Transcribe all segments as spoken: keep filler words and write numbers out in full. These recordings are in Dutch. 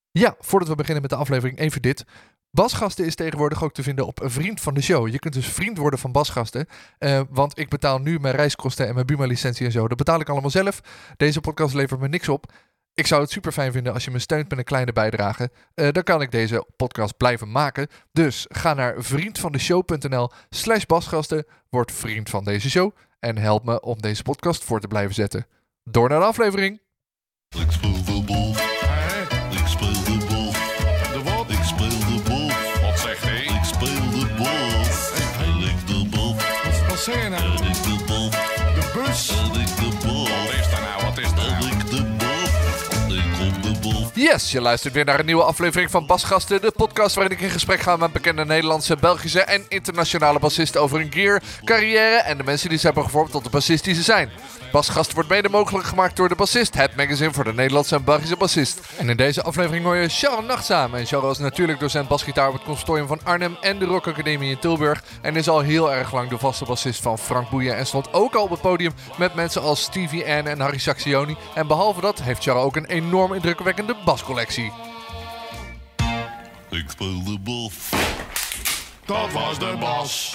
Ja, voordat we beginnen met de aflevering even dit. Basgasten is tegenwoordig ook te vinden op een vriend van de show. Je kunt dus vriend worden van Basgasten. Uh, want ik betaal nu mijn reiskosten en mijn Buma-licentie en zo. Dat betaal ik allemaal zelf. Deze podcast levert me niks op. Ik zou het super fijn vinden als je me steunt met een kleine bijdrage. Uh, dan kan ik deze podcast blijven maken. Dus ga naar vriendvandeshow.nl slash basgasten. Word vriend van deze show. En help me om deze podcast voor te blijven zetten. Door naar de aflevering. Ik speel de bal. Ik speel de bal. De wat? Ik speel de bal. Wat zegt hij? Ik speel de bal. Hij ligt de bal. Wat, wat zeg je nou? Hij ligt de bal. De bus? Hij ligt de bal. Wat is dat nou? Wat is dat Hij nou? ligt de bal. Ik op de bal. Yes, je luistert weer naar een nieuwe aflevering van Basgasten. De podcast waarin ik in gesprek ga met bekende Nederlandse, Belgische en internationale bassisten over hun gear, carrière en de mensen die ze hebben gevormd tot de bassist die ze zijn. Basgasten wordt mede mogelijk gemaakt door De Bassist, het magazine voor de Nederlandse en Belgische bassist. En in deze aflevering hoor je Charles Nachtzaam. En Charles is natuurlijk docent basgitaar op het Conservatorium van Arnhem en de Rock Academie in Tilburg. En is al heel erg lang de vaste bassist van Frank Boeien en stond ook al op het podium met mensen als Stevie N en Harry Saxioni. En behalve dat heeft Charles ook een enorm indrukwekkende bascollectie. Ik speel de bal. Dat was de bas.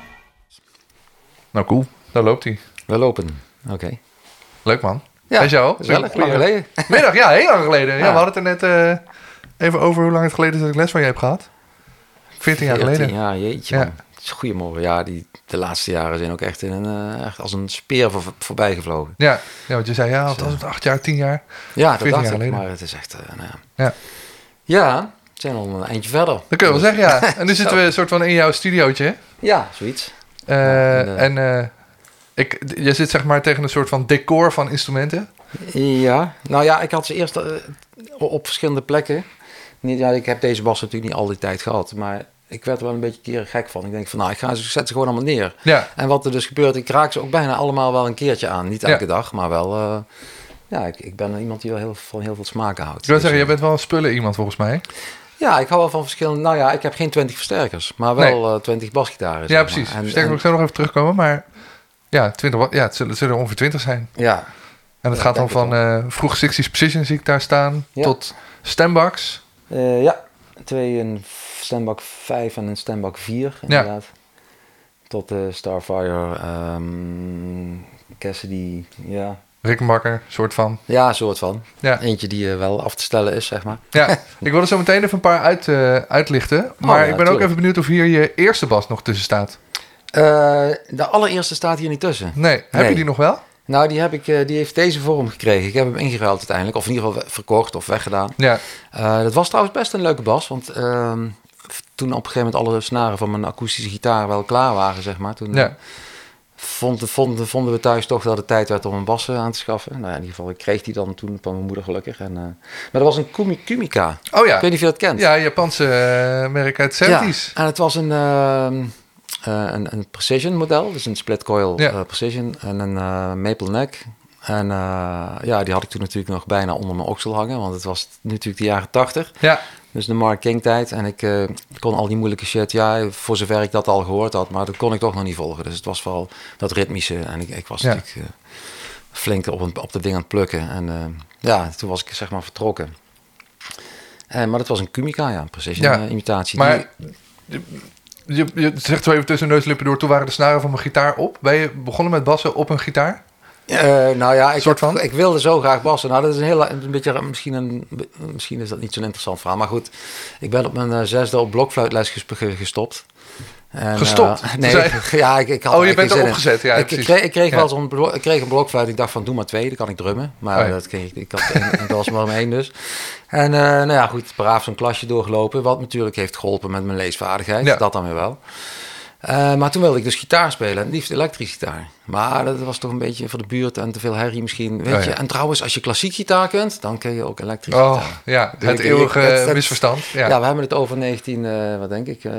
Nou cool, daar loopt hij. We lopen, oké. Okay. Leuk man. Ja, hey Charles. gezellig, lang geleden. Middag, ja, heel lang geleden. Ja, Ja. we hadden het er net uh, even over hoe lang het geleden is dat ik les van je heb gehad. veertien jaar geleden. Ja, jeetje man. Ja. Goedemorgen. Ja, die, de laatste jaren zijn ook echt, in een, uh, echt als een speer voor, voorbij gevlogen. Ja, ja, want je zei ja, het was het acht jaar, tien jaar. Ja, dat dacht ik, geleden. maar het is echt, uh, nou ja. Ja. Ja, we zijn al een eindje verder. Dat kun je wel zeggen, ja. En nu zitten we een soort van in jouw studiootje. Ja, zoiets. Uh, ja, en uh, en uh, ik, je zit zeg maar tegen een soort van decor van instrumenten. Ja, nou ja, ik had ze eerst uh, op verschillende plekken. Niet, ja, ik heb deze bas natuurlijk niet al die tijd gehad, maar ik werd er wel een beetje keer gek van. Ik denk van, nou, ik, ga ze, ik zet ze gewoon allemaal neer. Ja. En wat er dus gebeurt, ik raak ze ook bijna allemaal wel een keertje aan. Niet elke ja. dag, maar wel... Uh, ja, ik, ik ben iemand die wel heel, van heel veel smaken houdt. Ik wil dus, zeggen, je bent wel een spullen iemand volgens mij. Ja, ik hou wel van verschillende... Nou ja, ik heb geen twintig versterkers, maar wel nee. uh, twintig basgitaren. Ja, precies. Versterkers moet ik zo nog even terugkomen, maar... Ja, twintig, ja het, zullen, het zullen er ongeveer twintig zijn. Ja. En het ja, gaat dan van uh, vroeg zestig's Precision zie ik daar staan, ja. tot Stambaks. Uh, ja, twee een Stambak vijf en een Stambak vier, inderdaad. Ja. Tot de uh, Starfire, um, Cassidy, ja... Rickenbacker, soort van. Ja, soort van. Ja. Eentje die uh, wel af te stellen is, zeg maar. Ja, ik wil er zo meteen even een paar uit, uh, uitlichten. Maar oh, ja, ik ben tuurlijk. ook even benieuwd of hier je eerste bas nog tussen staat. Uh, de allereerste staat hier niet tussen. Nee, heb nee. je die nog wel? Nou, die, heb ik, uh, die heeft deze vorm gekregen. Ik heb hem ingeruild uiteindelijk. Of in ieder geval verkocht of weggedaan. Ja. Uh, dat was trouwens best een leuke bas. Want uh, toen op een gegeven moment alle snaren van mijn akoestische gitaar wel klaar waren, zeg maar. Toen ja. vond, vond, vonden we thuis toch dat het tijd werd om een bas aan te schaffen. Nou ja, in ieder geval, ik kreeg die dan toen van mijn moeder gelukkig. En, uh, maar dat was een Kumi, Kumika. Oh ja. Ik weet niet of je dat kent. Ja, Japanse uh, merk uit de zeventig's. Ja, en het was een... Uh, Uh, een, een precision model, dus een split coil ja. uh, precision en een uh, maple neck. En uh, ja, die had ik toen natuurlijk nog bijna onder mijn oksel hangen, want het was natuurlijk de jaren tachtig. Ja. Dus de Mark King tijd. En ik uh, kon al die moeilijke shit, ja, voor zover ik dat al gehoord had, maar dat kon ik toch nog niet volgen. Dus het was vooral dat ritmische en ik, ik was ja. natuurlijk uh, flink op, een, op de ding aan het plukken. En uh, ja, toen was ik zeg maar vertrokken. Uh, maar dat was een Kumika, ja, een precision ja. uh, imitatie. Maar... Die... Je, je zegt zo even tussen neus en lippen door, toen waren de snaren van mijn gitaar op. Ben je begonnen met bassen op een gitaar? Uh, nou ja, ik, soort van? ik wilde zo graag bassen. Nou, dat is een heel een beetje, misschien, een, misschien is dat niet zo'n interessant verhaal. Maar goed, ik ben op mijn uh, zesde op blokfluitles gestopt. En, gestopt? Uh, nee, Zij... ja, ik, ik had oh, je bent erop gezet, ja. Ik, ik kreeg, ik kreeg ja. wel zo'n blok, ik kreeg een blokfluit. Ik dacht van, doe maar twee, dan kan ik drummen. Maar oh, ja. dat kreeg ik, ik had één, en dat was maar één dus. En uh, nou ja, goed, braaf zo'n klasje doorgelopen. Wat natuurlijk heeft geholpen met mijn leesvaardigheid. Ja. Dat dan weer wel. Uh, maar toen wilde ik dus gitaar spelen, liefst elektrisch gitaar. Maar dat was toch een beetje voor de buurt en te veel herrie misschien, weet oh, ja. je. En trouwens, als je klassiek gitaar kunt, dan kun je ook elektrisch oh, gitaar. Ja, dus het ik, eeuwige ik, het, het, misverstand. Ja. ja, we hebben het over negentien, uh, wat denk ik, uh,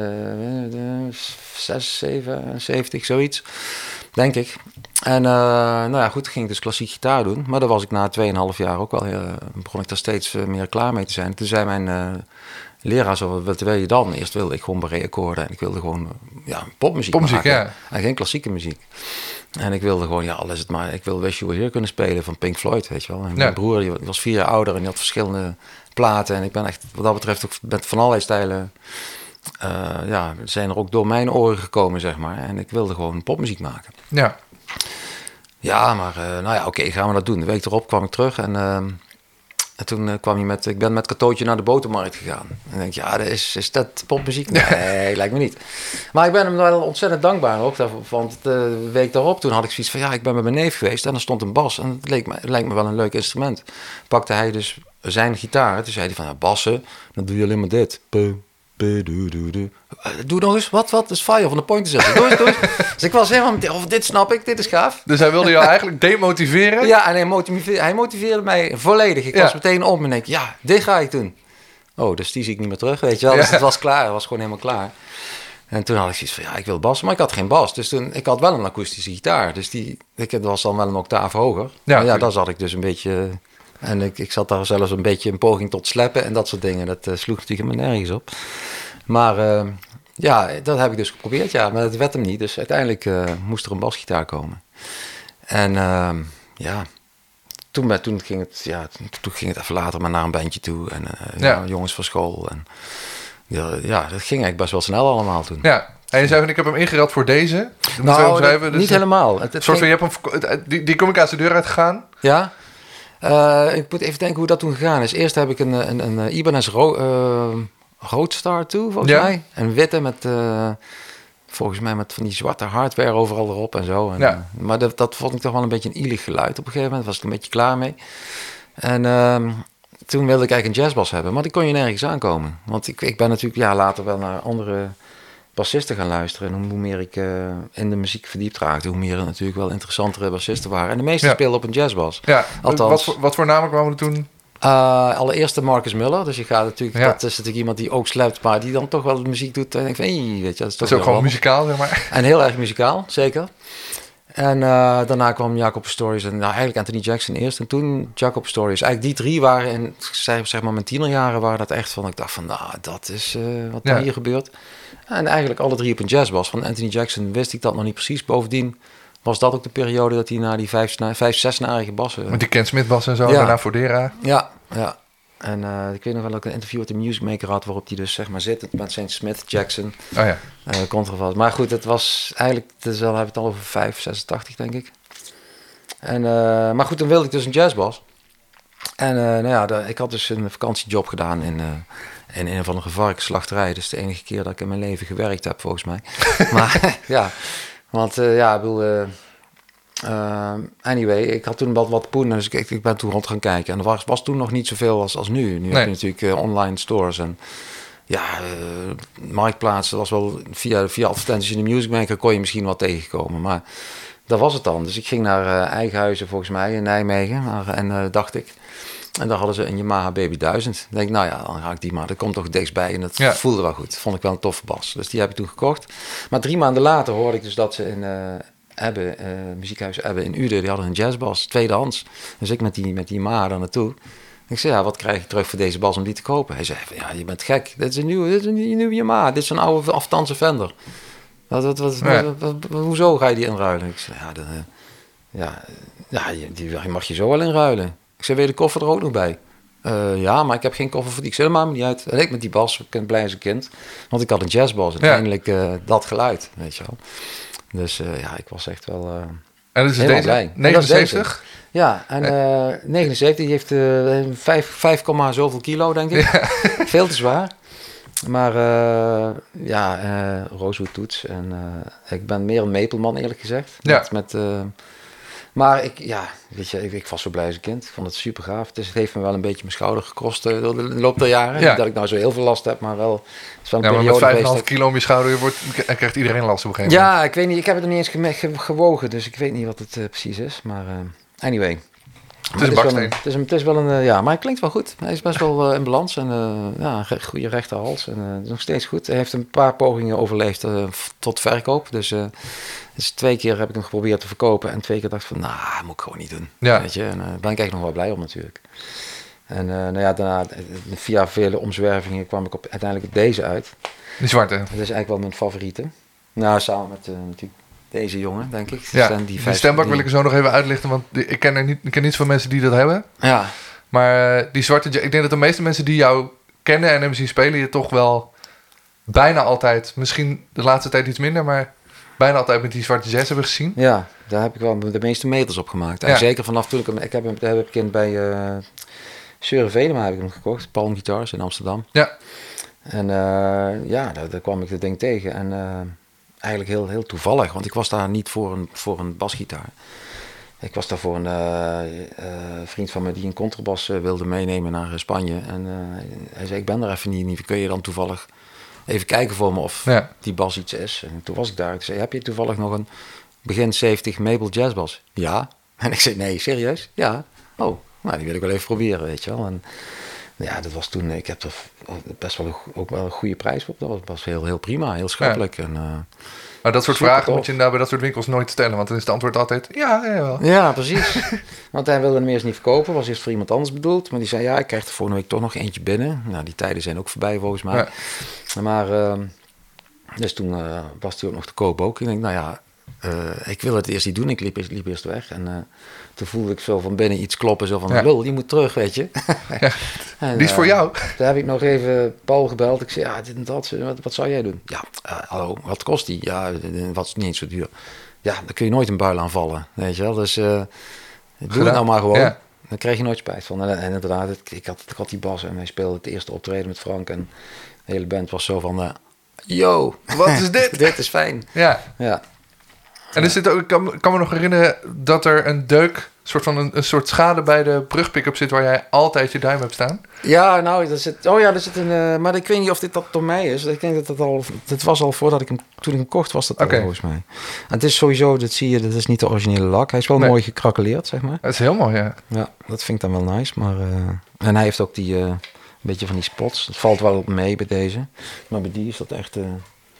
zes, zeven, zeventig, zoiets, denk ik. En uh, nou ja, goed, ging ik dus klassiek gitaar doen. Maar daar was ik na tweeënhalf jaar ook wel, uh, begon ik daar steeds uh, meer klaar mee te zijn. Toen zei mijn... Uh, leraar zo, wat wil je dan? Eerst wilde ik gewoon Barré-akkoorden en ik wilde gewoon ja, popmuziek, popmuziek maken. Ja. En geen klassieke muziek. En ik wilde gewoon, ja, al is het maar, ik wilde Wish You Were Here kunnen spelen van Pink Floyd, weet je wel. En ja. mijn broer die was vier jaar ouder en die had verschillende platen. En ik ben echt wat dat betreft ook met van allerlei stijlen... Uh, ja, zijn er ook door mijn oren gekomen, zeg maar. En ik wilde gewoon popmuziek maken. Ja. Ja, maar uh, nou ja, oké, okay, gaan we dat doen. De week erop kwam ik terug en... Uh, En toen uh, kwam je met, ik ben met Katootje naar de botermarkt gegaan. En ik denk, ja, dat is, is dat popmuziek? Nee, lijkt me niet. Maar ik ben hem wel ontzettend dankbaar ook. Want de week daarop, toen had ik zoiets van, ja, ik ben met mijn neef geweest. En er stond een bas. En het leek me, het lijkt me wel een leuk instrument. Pakte hij dus zijn gitaar. Toen zei hij van, ja, bassen, dan doe je alleen maar dit. Puh. Doe nog eens, wat, wat? Dat is Fire van de Pointer Sisters. Doe eens, doe eens. Dus ik was helemaal, oh, dit snap ik, dit is gaaf. Dus hij wilde jou eigenlijk demotiveren? Ja, en hij motiveerde, hij motiveerde mij volledig. Ik ja. was meteen op en denk, ja, dit ga ik doen. Oh, dus die zie ik niet meer terug, weet je wel. Dus ja. Het was klaar, het was gewoon helemaal klaar. En toen had ik zoiets van, ja, ik wil bas, maar ik had geen bas. Dus toen, ik had wel een akoestische gitaar. Dus die, ik, dat was dan wel een octaaf hoger. Ja, maar ja, daar zat ik dus een beetje... En ik, ik zat daar zelfs een beetje een poging tot sleppen en dat soort dingen. Dat uh, sloeg natuurlijk helemaal nergens op. Maar uh, ja, dat heb ik dus geprobeerd, ja. Maar het werd hem niet. Dus uiteindelijk uh, moest er een basgitaar komen. En uh, ja, toen, toen, ging het, ja, toen ging het even later maar naar een bandje toe. En uh, ja. Ja, jongens van school. En ja, ja, dat ging eigenlijk best wel snel allemaal toen. Ja. En je zei van, ik heb hem ingerad voor deze. Dat nou, dat, dus niet de, helemaal. Het, het soort ging... van, je hebt hem, die, die communicatie de deur uitgegaan? Ja. Uh, ik moet even denken hoe dat toen gegaan is. Eerst heb ik een, een, een, een Ibanez Ro- uh, Roadstar toe, volgens ja. mij. Een witte met, uh, volgens mij met van die zwarte hardware overal erop en zo. En, ja. uh, maar dat, dat vond ik toch wel een beetje een ielig geluid op een gegeven moment. Was ik een beetje klaar mee. En uh, toen wilde ik eigenlijk een jazzbas hebben. Maar die kon je nergens aankomen. Want ik, ik ben natuurlijk ja, later wel naar andere... bassisten gaan luisteren. En hoe meer ik uh, in de muziek verdiept raakte, hoe meer er natuurlijk wel interessantere bassisten waren. En de meeste ja. speelden op een jazzbas. Ja. Althans, wat, voor, wat voor namen kwamen er toen? Uh, allereerst de Marcus Muller. Dus je gaat natuurlijk, ja. dat is natuurlijk iemand die ook slept, maar die dan toch wel de muziek doet. En ik denk van, hey, weet je, dat is, dat is ook gewoon wat. Muzikaal, zeg maar. En heel erg muzikaal, zeker. En uh, daarna kwam Jacob Pastorius en nou, eigenlijk Anthony Jackson eerst en toen Jacob Pastorius. Eigenlijk die drie waren in zeg, zeg maar mijn tienerjaren waren dat echt van, ik dacht van, nou, dat is uh, wat ja. hier gebeurt. En eigenlijk alle drie op een jazzbas. Van Anthony Jackson wist ik dat nog niet precies. Bovendien was dat ook de periode dat hij naar die vijf, vijf zesnarige bassen... Met die Ken Smith bassen en zo, ja. daarna Fodera. Ja, ja. En uh, ik weet nog wel dat ik een interview met de Music Maker had, waarop hij dus zeg maar zit met Saint Smith, Jackson, oh ja. uh, contrabas. Maar goed, het was eigenlijk, dus al hebben we het al over vijf zesentachtig denk ik. En, uh, maar goed, dan wilde ik dus een jazzbas. En uh, nou ja, de, ik had dus een vakantiejob gedaan in... Uh, in een van de varkensslachterij. Dat is de enige keer dat ik in mijn leven gewerkt heb, volgens mij. Maar ja, want uh, ja, ik bedoel... Uh, uh, anyway, ik had toen wat, wat poen, dus ik, ik ben toen rond gaan kijken. En er was, was toen nog niet zoveel als, als nu. Nu nee. heb je natuurlijk uh, online stores en... Ja, uh, marktplaatsen, was wel via, via advertenties in de Music Maker kon je misschien wat tegenkomen. Maar dat was het dan. Dus ik ging naar uh, Eigenhuizen, volgens mij, in Nijmegen. Maar, en uh, dacht ik... En daar hadden ze een Yamaha Baby duizend. Dan denk ik, nou ja, dan ga ik die maar. Dat komt toch dichtstbij en dat ja. voelde wel goed. Vond ik wel een toffe bas. Dus die heb ik toen gekocht. Maar drie maanden later hoorde ik dus dat ze in uh, Ebbe, uh, muziekhuis Ebbe in Uden, die hadden een jazzbas, tweedehands. Dus ik met die, met die Yamaha daar naartoe. Ik zei, ja, wat krijg ik terug voor deze bas om die te kopen? Hij zei, ja, je bent gek. Dit is een nieuwe, dit is een nieuwe Yamaha. Dit is een oude afstandse Fender. Wat, wat, wat, ja. wat, wat, wat, hoezo ga je die inruilen? Ik zei, ja, de, ja, ja die, die mag je zo wel inruilen. Ik zei, weet je de koffer er ook nog bij? Uh, ja, maar ik heb geen koffer voor die. Ik zei, dat maakt me niet uit. En ik met die bas, ik ben blij als een kind. Want ik had een jazzbas. Uiteindelijk uh, dat geluid, weet je wel. Dus uh, ja, ik was echt wel uh, en dat is helemaal deze, blij. negenenzeventig? En ja, en uh, negenenzeventig, die heeft uh, vijf, vijf, zoveel kilo, denk ik. Ja. Veel te zwaar. Maar uh, ja, uh, Rosewood toets. En uh, ik ben meer een Mapleman, eerlijk gezegd. Ja. Met... met uh, Maar ik, ja, weet je, ik, ik was zo blij als een kind. Ik vond het super gaaf. Dus het heeft me wel een beetje mijn schouder gekost uh, door de loop der jaren. Ja. Niet dat ik nou zo heel veel last heb, maar wel... Het is wel een ja, periode maar met vijf komma vijf dat... kilo om je schouder je wordt, krijgt iedereen last op een gegeven moment. Ja, ik weet niet. Ik heb het er niet eens ge- ge- gewogen, dus ik weet niet wat het uh, precies is. Maar uh, anyway. Het is een baksteen. Het, het, het is wel een, uh, ja, maar hij klinkt wel goed. Hij is best wel uh, in balans en uh, ja, een goede rechte hals. En uh, is nog steeds goed. Hij heeft een paar pogingen overleefd uh, tot verkoop. Dus, uh, dus twee keer heb ik hem geprobeerd te verkopen. En twee keer dacht ik van, nou, nah, moet ik gewoon niet doen. Ja. Weet je? En daar uh, ben ik eigenlijk nog wel blij om natuurlijk. En uh, nou ja, daarna, via vele omzwervingen kwam ik op, uiteindelijk op deze uit. Die zwarte. Dat is eigenlijk wel mijn favoriete. Nou, samen met uh, natuurlijk deze jongen, denk ik. Ja, die, die stembak die... wil ik er zo nog even uitlichten, want ik ken, er niet, ik ken niet zoveel mensen die dat hebben. Ja. Maar uh, die zwarte jazz... Ik denk dat de meeste mensen die jou kennen en hebben zien spelen... je toch wel bijna altijd... misschien de laatste tijd iets minder... maar bijna altijd met die zwarte jazz hebben gezien. Ja, daar heb ik wel de meeste meters op gemaakt. En ja. zeker vanaf toen ik hem... Ik heb hem, daar heb ik in bij uh, Søren Vedema heb ik hem gekocht. Palm Guitars in Amsterdam. Ja. En uh, ja, daar, daar kwam ik dat ding tegen. En uh, eigenlijk heel, heel toevallig. Want ik was daar niet voor een, voor een basgitaar. Ik was daar voor een uh, uh, vriend van me die een contrabas uh, wilde meenemen naar Spanje. En uh, hij zei, ik ben er even niet, niet. Kun je dan toevallig even kijken voor me of ja. die bas iets is? En toen was ik daar. Ik zei, heb je toevallig nog een begin zeventig Maple jazzbas? Ja. En ik zei, nee, serieus? Ja. Oh, nou, die wil ik wel even proberen, weet je wel. En ja, dat was toen, ik heb er best wel een, ook wel een goede prijs op. Dat was, was heel, heel prima, heel schappelijk. Ja. En, uh, maar dat soort vragen tof. Moet je nou bij dat soort winkels nooit stellen, want dan is het antwoord altijd ja, jawel. Ja, precies. Want hij wilde hem eerst niet verkopen, was eerst voor iemand anders bedoeld. Maar die zei, ja, ik krijg er volgende week toch nog eentje binnen. Nou, die tijden zijn ook voorbij volgens mij. Ja. Maar, uh, dus toen uh, was hij ook nog te koop ook. Ik denk, nou ja, uh, ik wil het eerst niet doen. Ik liep, liep eerst weg en... Uh, toen voelde ik zo van binnen iets kloppen. Zo van, ja. lul, die moet terug, weet je. Ja, en, die is voor uh, jou. Toen heb ik nog even Paul gebeld. Ik zei, ja, dit en dat. Wat, wat zou jij doen? Ja, uh, hallo, wat kost die? Ja, wat is niet eens zo duur. Ja, dan kun je nooit een buil aanvallen, weet je wel. Dus uh, doe het nou maar gewoon. Ja. Dan krijg je nooit spijt van. En, en inderdaad, ik, ik, had, ik had die bas en wij speelden het eerste optreden met Frank. En de hele band was zo van, uh, yo. Wat is dit? Dit is fijn. Ja. Ja. En er zit ook, ik kan, kan me nog herinneren dat er een deuk, soort van een, een soort schade bij de brugpick-up zit waar jij altijd je duim hebt staan. Ja, nou, er zit, oh ja, er zit een, uh, maar ik weet niet of dit dat door mij is. Ik denk dat dat al, dat was al voordat ik hem, toen ik hem kocht, was dat okay. al volgens mij. En het is sowieso, dat zie je, dat is niet de originele lak. Hij is wel nee. mooi gekrakeleerd, zeg maar. Dat is heel mooi, ja. Ja, dat vind ik dan wel nice, maar, uh, en hij heeft ook die, uh, een beetje van die spots. Dat valt wel op mee bij deze, maar bij die is dat echt, uh,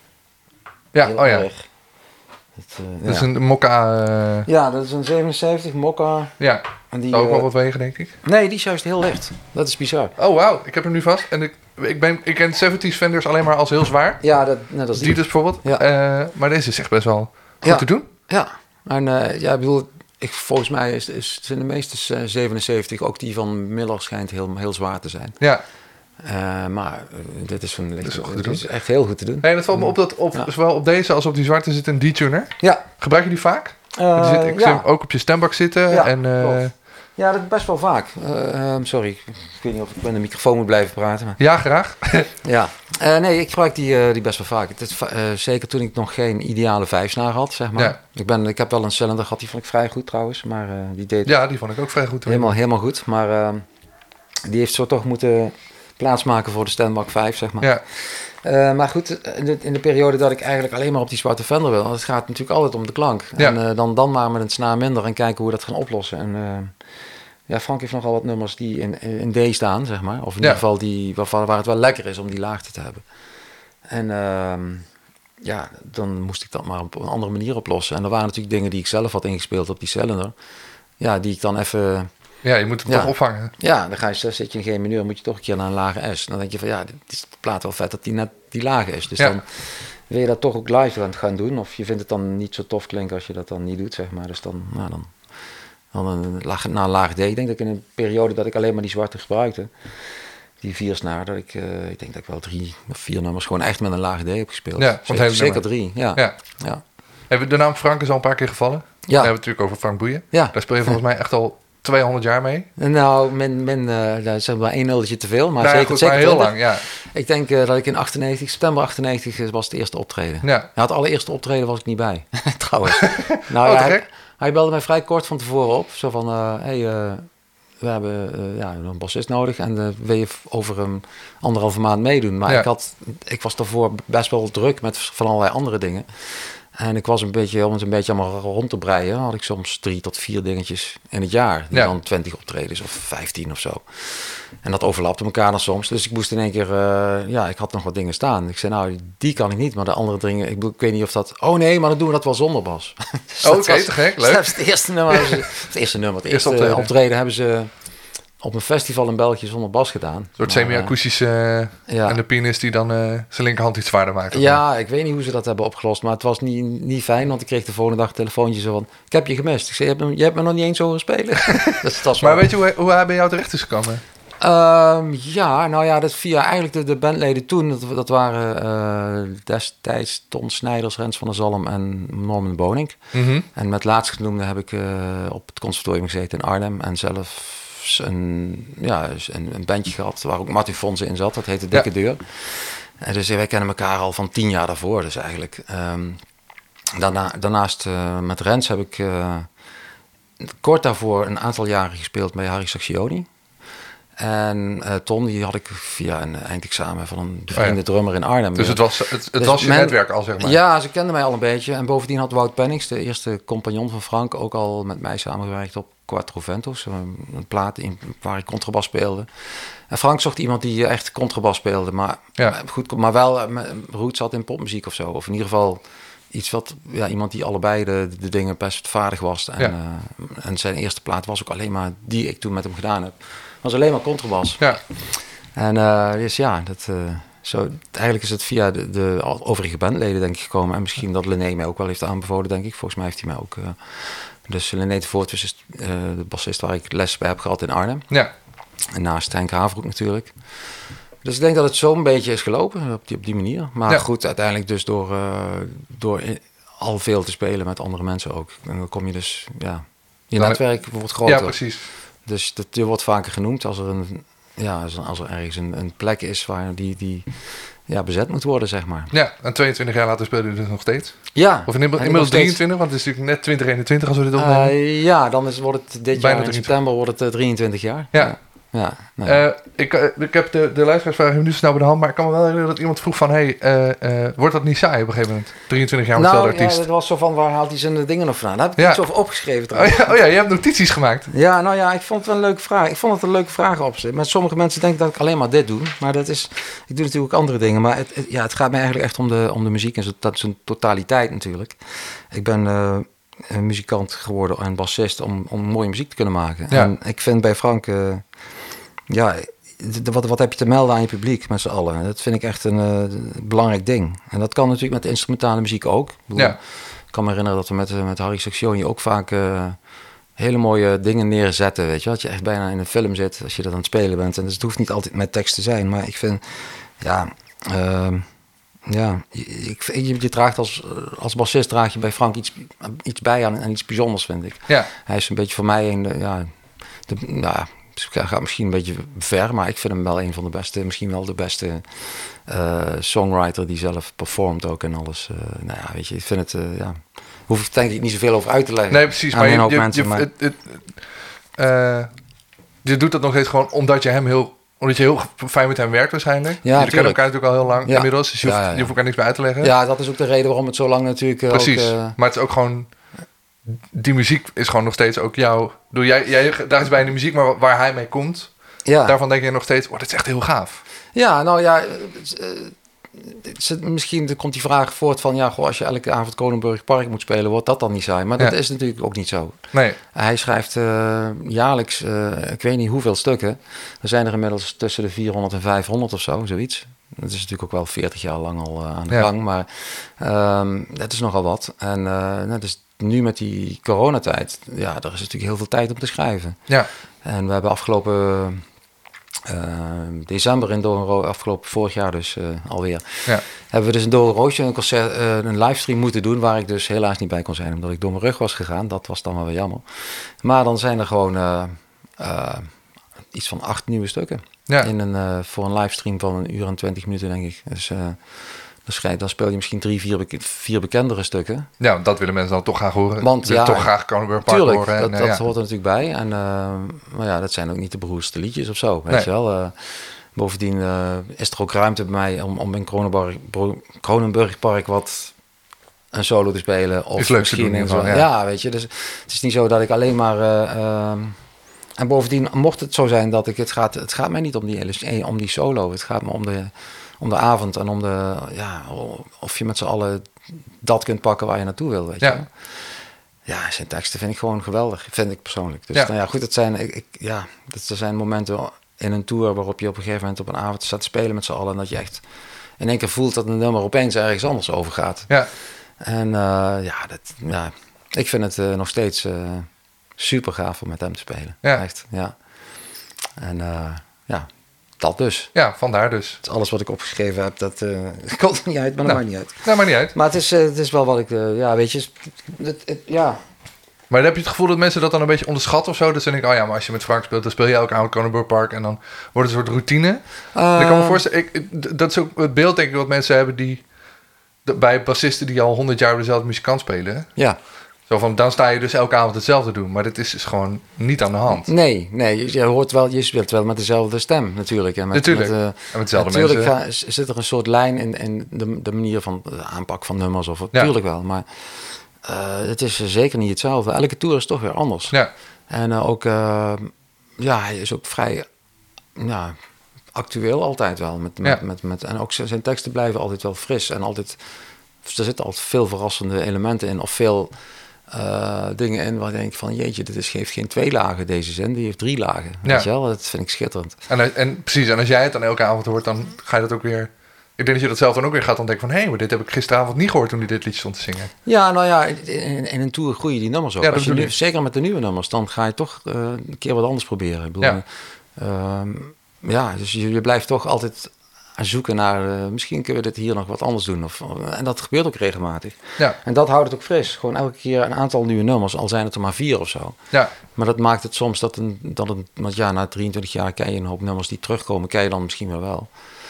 ja, oh ja. erg. Het, uh, dat ja. is een Mokka... Uh... Ja, dat is een zevenenzeventig Mokka. Ja, en die ook uh, wel wat wegen, denk ik. Nee, die is juist heel licht. Dat is bizar. Oh, wauw. Ik heb hem nu vast. En ik, ik, ben, ik ken zeventies Fenders alleen maar als heel zwaar. Ja, dat, net als die. Die dus bijvoorbeeld. Ja. Uh, maar deze is echt best wel goed ja. te doen. Ja, en uh, ja, ik bedoel... Ik, volgens mij is, is, zijn de meeste uh, zevenenzeventig, ook die van Miller schijnt heel, heel zwaar te zijn. Ja. Uh, maar uh, dit is, van, dit is, dit is echt heel goed te doen. Hey, dat valt me op dat op, ja. zowel op deze als op die zwarte zit een detuner. Ja. Gebruik je die vaak? Uh, die zit, ik ja. zie hem ook op je stembak zitten. Ja, en, uh, ja, dat best wel vaak. Uh, um, sorry, ik weet niet of ik met de microfoon moet blijven praten. Maar... Ja, graag. ja, uh, nee, ik gebruik die, uh, die best wel vaak. Het is, uh, zeker toen ik nog geen ideale vijfsnaar had, zeg maar. Ja. Ik, ben, ik heb wel een cylinder gehad, die vond ik vrij goed trouwens. Maar uh, die deed... Ja, die vond ik ook vrij goed. Helemaal, helemaal goed, maar uh, die heeft zo toch moeten... plaatsmaken voor de Stenbak vijf, zeg maar. Ja. Uh, maar goed, in de, in de periode dat ik eigenlijk alleen maar op die zwarte Fender wil... want het gaat natuurlijk altijd om de klank. Ja. En uh, dan, dan maar met een snaar minder en kijken hoe we dat gaan oplossen. En uh, ja, Frank heeft nogal wat nummers die in, in D staan, zeg maar. Of in ja. ieder geval die, waarvan, waar het wel lekker is om die laagte te hebben. En uh, ja, dan moest ik dat maar op een andere manier oplossen. En er waren natuurlijk dingen die ik zelf had ingespeeld op die cylinder. Ja, die ik dan even... Ja, je moet het ja. toch opvangen. Ja, dan ga je, zit je in G mineur, moet je toch een keer naar een lage S. Dan denk je van, ja, dit is de plaat wel vet dat die net die lage is. Dus ja. dan wil je dat toch ook live aan gaan doen. Of je vindt het dan niet zo tof klinken als je dat dan niet doet, zeg maar. Dus dan, nou, dan, dan een laag, naar een laag D. Ik denk dat ik in een periode dat ik alleen maar die zwarte gebruikte, die vier snaar, dat ik, uh, ik denk dat ik wel drie of vier nummers gewoon echt met een laag D heb gespeeld. Ja, zeker, zeker drie, ja. ja. ja. Hebben de naam Frank is al een paar keer gevallen. Ja. We hebben het natuurlijk over Frank Boeien. Ja. Daar speel je volgens mij echt al tweehonderd jaar mee. Nou, men, men, uh, dat is maar één nulletje te veel. Maar nou, zeker, goed, zeker maar heel lang, ja. Ik denk uh, dat ik in achtennegentig, september achtennegentig was het eerste optreden. Ja. Nou, het allereerste optreden was ik niet bij, trouwens. nou, oh, ja, hij, hij belde mij vrij kort van tevoren op. Zo van, uh, hey, uh, we hebben uh, ja, een bassist nodig en uh, wil je over een anderhalve maand meedoen. Maar ja. ik, had, ik was daarvoor best wel druk met van allerlei andere dingen. En ik was een beetje, om het een beetje allemaal rond te breien, had ik soms drie tot vier dingetjes in het jaar. Die ja. dan twintig optredens of vijftien of zo. En dat overlapte elkaar dan soms. Dus ik moest in één keer, uh, ja, ik had nog wat dingen staan. Ik zei, nou, die kan ik niet, maar de andere dingen, ik, ik weet niet of dat... Oh nee, maar dan doen we dat wel zonder bas. dus oh, oké, okay, te gek, leuk. Het eerste nummer, het eerste nummer, het eerste optreden. optreden hebben ze op een festival in België zonder bas gedaan. Een soort Maar, semi-akoestische uh, ja. en de pianist die dan uh, zijn linkerhand iets zwaarder maakt. Ja, ik weet niet hoe ze dat hebben opgelost, maar het was niet, niet fijn, want ik kreeg de volgende dag een telefoontje zo van, ik heb je gemist. Ik zei, je hebt, je hebt me nog niet eens horen spelen. Dus dat maar weet je hoe, hoe hij bij jou terecht is gekomen? Um, ja, nou ja, dat via eigenlijk de, de bandleden toen. Dat, dat waren uh, destijds Ton Snijders, Rens van der Zalm en Norman Bonink. Mm-hmm. En met laatstgenoemde heb ik uh, op het conservatorium gezeten in Arnhem. En zelf een, ja, een, een bandje gehad waar ook Martin Fonse in zat. Dat heette Dikke ja. Deur. En dus wij kennen elkaar al van tien jaar daarvoor. Dus eigenlijk. Um, daarna, daarnaast uh, met Rens heb ik uh, kort daarvoor een aantal jaren gespeeld bij Harry Sacchioni. En uh, Ton, die had ik via een eindexamen van een bevriende oh ja. drummer in Arnhem. Dus het was, het, het dus was je men, netwerk al, zeg maar. Ja, ze kenden mij al een beetje. En bovendien had Wout Pennings, de eerste compagnon van Frank, ook al met mij samengewerkt op Quattro Ventos. Een plaat in, waar ik contrabas speelde. En Frank zocht iemand die echt contrabas speelde. Maar, ja. goed, maar wel uh, roots had in popmuziek of zo. Of in ieder geval iets wat, ja, iemand die allebei de, de dingen best vaardig was. En, ja. uh, en zijn eerste plaat was ook alleen maar die ik toen met hem gedaan heb. Was alleen maar contrabas. Ja. En uh, dus ja, dat, uh, zo, eigenlijk is het via de, de overige bandleden denk ik gekomen. En misschien dat Lené mij ook wel heeft aanbevolen, denk ik. Volgens mij heeft hij mij ook... Uh, dus Lené de Voortwes is uh, de bassist waar ik les bij heb gehad in Arnhem. Ja. En naast Henk Haverbroek natuurlijk. Dus ik denk dat het zo een beetje is gelopen op die, op die manier. Maar ja. goed, uiteindelijk dus door, uh, door al veel te spelen met andere mensen ook. En dan kom je dus... ja, je dan netwerk wordt groter. Ja, precies. Dus dat wordt vaker genoemd als er, een, ja, als er, als er ergens een, een plek is waar die, die ja, bezet moet worden, zeg maar. Ja, en tweeëntwintig jaar later speel je dus nog steeds? Ja. Of inmiddels, inmiddels drieëntwintig, want het is natuurlijk net twintig eenentwintig als we dit opnemen. Uh, ja, dan is, wordt het dit Bijna jaar in september wordt het uh, drieëntwintig jaar. Ja. ja. Ja, nee. uh, ik, uh, ik heb de, de luisteraarsvragen nu snel bij de hand, maar ik kan me wel herinneren dat iemand vroeg van, hey, uh, uh, wordt dat niet saai op een gegeven moment? drieëntwintig jaar met nou, dezelfde artiest. Ja, dat was zo van, waar haalt hij zijn dingen nog vandaan? Daar heb ik ja. iets over opgeschreven. Oh ja, oh ja, je hebt notities gemaakt. Ja, nou ja, ik vond het wel een leuke vraag. Ik vond het een leuke vraag op zich. Maar sommige mensen denken dat ik alleen maar dit doe. Maar dat is, ik doe natuurlijk ook andere dingen. Maar het, het, ja, het gaat mij eigenlijk echt om de, om de muziek en dat is een totaliteit natuurlijk. Ik ben uh, een muzikant geworden en bassist om, om mooie muziek te kunnen maken. Ja. En ik vind bij Frank... Uh, Ja, wat, wat heb je te melden aan je publiek met z'n allen? Dat vind ik echt een uh, belangrijk ding. En dat kan natuurlijk met de instrumentale muziek ook. Ik, bedoel, ja. ik kan me herinneren dat we met, met Harry Sacchioni ook vaak uh, hele mooie dingen neerzetten. Weet je? Dat je echt bijna in een film zit als je dat aan het spelen bent. En dus het hoeft niet altijd met tekst te zijn. Maar ik vind, ja... Uh, Ja, je, je, je draagt als, als bassist draag je bij Frank iets, iets bij aan, aan iets bijzonders, vind ik. Ja. Hij is een beetje voor mij een... Ja, de, ja, gaat misschien een beetje ver, maar ik vind hem wel een van de beste, misschien wel de beste uh, songwriter die zelf performt ook en alles. Uh, nou ja, weet je, ik vind het, uh, ja, hoef ik denk ik niet zoveel over uit te leggen. Nee, precies, maar je, je, mensen, je, maar... Het, het, uh, je doet dat nog steeds gewoon omdat je hem heel, omdat je heel fijn met hem werkt waarschijnlijk. Ja, je kennen elkaar natuurlijk al heel lang ja. inmiddels, dus je hoeft, ja, ja, ja. je hoeft elkaar niks bij uit te leggen. Ja, dat is ook de reden waarom het zo lang natuurlijk uh, precies, ook, uh... maar het is ook gewoon... Die muziek is gewoon nog steeds ook jouw... Doe jij, jij daar is bij in de muziek, maar waar hij mee komt... Ja. Daarvan denk je nog steeds... Oh, dit is echt heel gaaf. Ja, nou ja... Uh, misschien komt die vraag voort van... Ja, goh, als je elke avond Kronenburg Park moet spelen... wordt dat dan niet saai. Maar dat ja. is natuurlijk ook niet zo. Nee. Hij schrijft uh, jaarlijks... Uh, ik weet niet hoeveel stukken. Er zijn er inmiddels tussen de vierhonderd en vijfhonderd of zo, zoiets. Dat is natuurlijk ook wel veertig jaar lang al uh, aan de ja. gang. Maar um, dat is nogal wat. En uh, nou, dus nu met die coronatijd, ja, er is natuurlijk heel veel tijd om te schrijven. Ja. En we hebben afgelopen uh, december in Doornroosje, afgelopen vorig jaar dus uh, alweer, ja. hebben we dus in Doornroosje een concert, uh, een livestream moeten doen, waar ik dus helaas niet bij kon zijn, omdat ik door mijn rug was gegaan. Dat was dan wel weer jammer. Maar dan zijn er gewoon uh, uh, iets van acht nieuwe stukken. Ja. In een, uh, voor een livestream van een uur en twintig minuten, denk ik. Dus... Uh, Dan, dan speel je misschien drie, vier, beke- vier bekendere stukken. Ja, dat willen mensen dan toch graag horen. Want ja, toch graag Kronenburg Park tuurlijk, horen. Dat, en, dat ja. hoort er natuurlijk bij. En, uh, maar ja, dat zijn ook niet de beroerdste liedjes of zo. Weet nee. je wel. Uh, bovendien uh, is er ook ruimte bij mij om, om in Kronenburg, Kronenburg Park wat een solo te spelen. Of is leuk te doen. Zo, ja. ja, weet je. Dus het is niet zo dat ik alleen maar... Uh, uh, en bovendien, mocht het zo zijn dat ik... Het gaat, het gaat mij niet om die, om die solo. Het gaat me om de... om de avond en om de, ja, of je met z'n allen dat kunt pakken waar je naartoe wil, weet je. Ja. Ja, zijn teksten vind ik gewoon geweldig, vind ik persoonlijk. Dus Ja. nou ja, goed, het zijn, ik, ik, ja, dat, er zijn momenten in een tour waarop je op een gegeven moment op een avond staat te spelen met z'n allen en dat je echt in één keer voelt dat een nummer opeens ergens anders over gaat. Ja. En uh, ja, dat, ja, ik vind het uh, nog steeds uh, super gaaf om met hem te spelen. Ja. Echt, ja. En uh, ja, dat dus. Ja, vandaar dus. Dus alles wat ik opgeschreven heb, dat uh, komt er niet uit, maar dat Nou, maakt niet uit. Nou, maakt niet uit. Maar het is, uh, het is wel wat ik, uh, ja, weet je, het, het, ja... Maar heb je het gevoel dat mensen dat dan een beetje onderschatten of zo? Dus dan denk ik, oh ja, maar als je met Frank speelt, dan speel je elke avond Kronenburg Park en dan wordt het een soort routine. Uh, ik kan me voorstellen, ik, ik- dat is ook het beeld denk ik wat mensen hebben die, de- bij bassisten die al honderd jaar dezelfde muzikant spelen. Ja, Zo van, dan sta je dus elke avond hetzelfde doen. Maar dit is dus gewoon niet aan de hand. nee, nee, je, je hoort wel, je speelt wel met dezelfde stem natuurlijk. En met, Natuurlijk. Met, uh, En met dezelfde natuurlijk mensen. ga- zit er een soort lijn in, in de, de manier van de aanpak van nummers, of Ja. natuurlijk wel. Maar uh, het is zeker niet hetzelfde. Elke tour is toch weer anders. Ja, En uh, ook, uh, ja, hij is ook vrij ja, actueel altijd wel. Met, met, Ja. met, met, en ook zijn zijn teksten blijven altijd wel fris. En altijd, er zitten altijd veel verrassende elementen in. Of veel uh, dingen in waar ik denk van... jeetje, dit is, geeft geen twee lagen deze zin. Die heeft drie lagen. Ja. Weet je wel? Dat vind ik schitterend. en, en precies. En als jij het dan elke avond hoort, dan ga je dat ook weer... Ik denk dat je dat zelf dan ook weer gaat ontdekken van... hé, maar dit heb ik gisteravond niet gehoord toen hij dit liedje stond te zingen. Ja, nou ja, in, in een tour groeien die nummers ook. Ja, dat Als je bedoel nu, ik. zeker met de nieuwe nummers, dan ga je toch uh, een keer wat anders proberen. Ik bedoel, Ja. ehm, ja, dus je, je blijft toch altijd zoeken naar... Uh, misschien kunnen we dit hier nog wat anders doen. Of, en dat gebeurt ook regelmatig. Ja, En dat houdt het ook fris. Gewoon elke keer een aantal nieuwe nummers, al zijn het er maar vier of zo. ja, Maar dat maakt het soms dat een... Dat een want ja, na drieëntwintig jaar ken je een hoop nummers die terugkomen. Ken je dan misschien weer wel.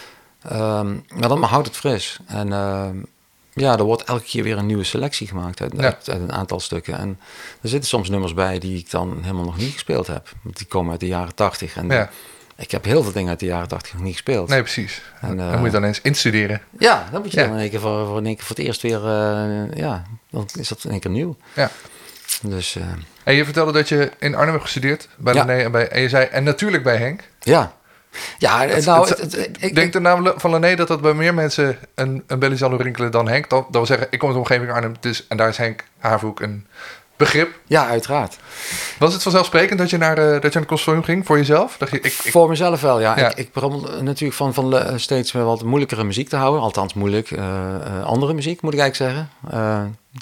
Um, maar dat houdt het fris. En uh, ja, er wordt elke keer weer een nieuwe selectie gemaakt uit, Ja. uit, uit een aantal stukken. En er zitten soms nummers bij die ik dan helemaal nog niet gespeeld heb. Want die komen uit de jaren tachtig. En ja. ik heb heel veel dingen uit de jaren tachtig nog niet gespeeld. Nee, precies. En, En, uh, dan moet je dan eens instuderen. Ja, dan moet je Ja. dan in één keer voor, voor, in één keer voor het eerst weer... Uh, ja, dan is dat in één keer nieuw. Ja. Dus uh, En je vertelde dat je in Arnhem hebt gestudeerd. Bij Ja. René en bij... En je zei... En natuurlijk bij Henk. ja. Ja, Het- nou... het- het- het- ik- Ik denk de naam van René dat dat bij meer mensen een, een belly zal doen rinkelen dan Henk. Dat, dat wil zeggen, ik kom uit de omgeving Arnhem, dus, en daar is Henk Haverhoek een begrip. ja, uiteraard. Was het vanzelfsprekend dat je naar, uh, dat je naar het conservatorium ging voor jezelf? Dacht je, ik, ik, Voor mezelf wel, ja. Ja. Ik, ik begon natuurlijk van, van uh, steeds wat moeilijkere muziek te houden. Althans moeilijk. Uh, uh, andere muziek, moet ik eigenlijk zeggen. Uh,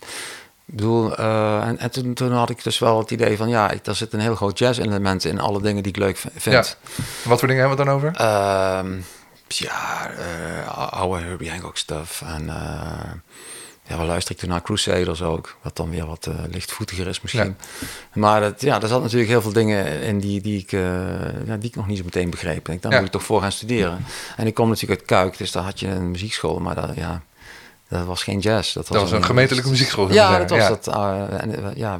ik bedoel, uh, en, en toen, toen had ik dus wel het idee van... ja, ik, daar zit een heel groot jazz-element in alle dingen die ik leuk v- vind. wat voor dingen hebben we het dan over? Uh, ja, uh, oude Herbie Hancock stuff. En uh, ja, wel luister ik toen naar Crusaders ook. Wat dan weer wat uh, lichtvoetiger is misschien. Ja. Maar dat, ja, er zat natuurlijk heel veel dingen in die, die, ik, uh, ja, die ik nog niet zo meteen begreep. En ik, dan Ja. moet ik toch voor gaan studeren. En ik kom natuurlijk uit Kuik, dus daar had je een muziekschool. Maar dat, ja, dat was geen jazz. Dat was, Dat was een gemeentelijke muziekschool. zou Ja, je dat zeggen. was dat. Uh, en, uh, ja,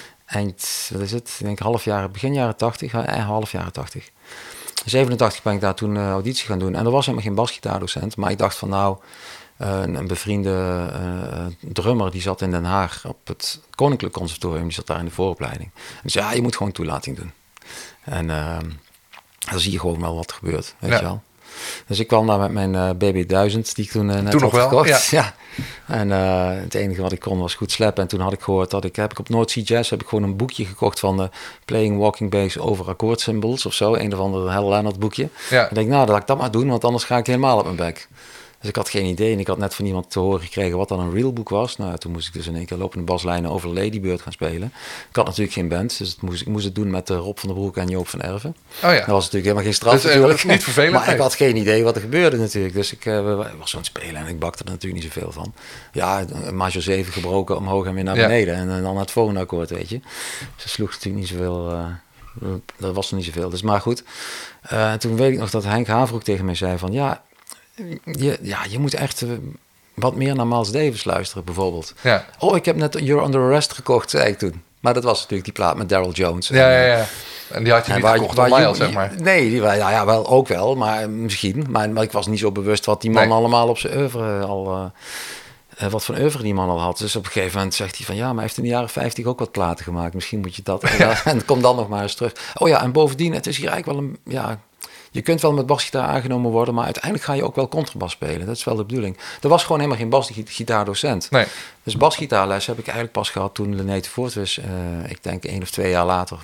eind, wat is het? Ik denk half jaren, begin jaren tachtig. Eh, half jaren tachtig. zevenentachtig ben ik daar toen uh, auditie gaan doen. En er was helemaal geen basgitaardocent. Maar ik dacht van nou, uh, een, een bevriende uh, drummer die zat in Den Haag op het Koninklijk Conservatorium. Die zat daar in de vooropleiding. En die zei, ja, je moet gewoon toelating doen. En uh, dan zie je gewoon wel wat er gebeurt, weet Ja. je wel. Dus ik kwam daar met mijn uh, B B duizend, die ik toen uh, net Toen had nog wel, gekocht. ja. Ja. En uh, het enige wat ik kon was goed slappen. En toen had ik gehoord dat ik, heb ik op North Sea Jazz heb ik gewoon een boekje gekocht van uh, Playing Walking Bass over akkoordsymbols of zo. Een of ander Hal Leonard boekje. Ja. En ik denk, nou, dan laat ik dat maar doen, want anders ga ik helemaal op mijn bek. Dus ik had geen idee en ik had net van iemand te horen gekregen wat dan een realboek was. Nou, toen moest ik dus in één keer lopende baslijnen over Ladybird gaan spelen. Ik had natuurlijk geen band, dus het moest, ik moest het doen met uh, Rob van der Broek en Joop van Erven. Oh ja. Dat was natuurlijk helemaal geen straf Dus, uh, natuurlijk. niet vervelend, Maar nee. ik had geen idee wat er gebeurde natuurlijk. Dus ik uh, was zo aan het spelen en ik bakte er natuurlijk niet zoveel van. Ja, een major zeven gebroken omhoog en weer naar Ja. beneden. En, en dan het volgende akkoord, weet je. Dus dat sloeg natuurlijk niet zoveel... Uh, dat was er niet zoveel. Dus maar goed. Uh, toen weet ik nog dat Henk Haverhoek tegen mij zei van... Ja, je, ja, je moet echt uh, wat meer naar Miles Davis luisteren bijvoorbeeld. Ja. Oh, ik heb net You're Under Arrest gekocht, zei ik toen. Maar dat was natuurlijk die plaat met Daryl Jones. Ja, En, ja, ja. En die had je en niet waar- gekocht waar op je- Miles, zeg maar. Nee, die, ja, ja, wel ook wel, maar misschien. Maar, maar ik was niet zo bewust wat die man Nee. allemaal op zijn oeuvre al... Uh, uh, wat voor oeuvre die man al had. Dus op een gegeven moment zegt hij van... ja, maar hij heeft in de jaren vijftig ook wat platen gemaakt. Misschien moet je dat... En, dan- en kom dan nog maar eens terug. Oh ja, en bovendien, het is hier eigenlijk wel een... ja, je kunt wel met basgitaar aangenomen worden, maar uiteindelijk ga je ook wel contrabas spelen. Dat is wel de bedoeling. Er was gewoon helemaal geen basgitaardocent. Nee. Dus basgitaarles heb ik eigenlijk pas gehad toen Lenete Voortwis, uh, ik denk één of twee jaar later,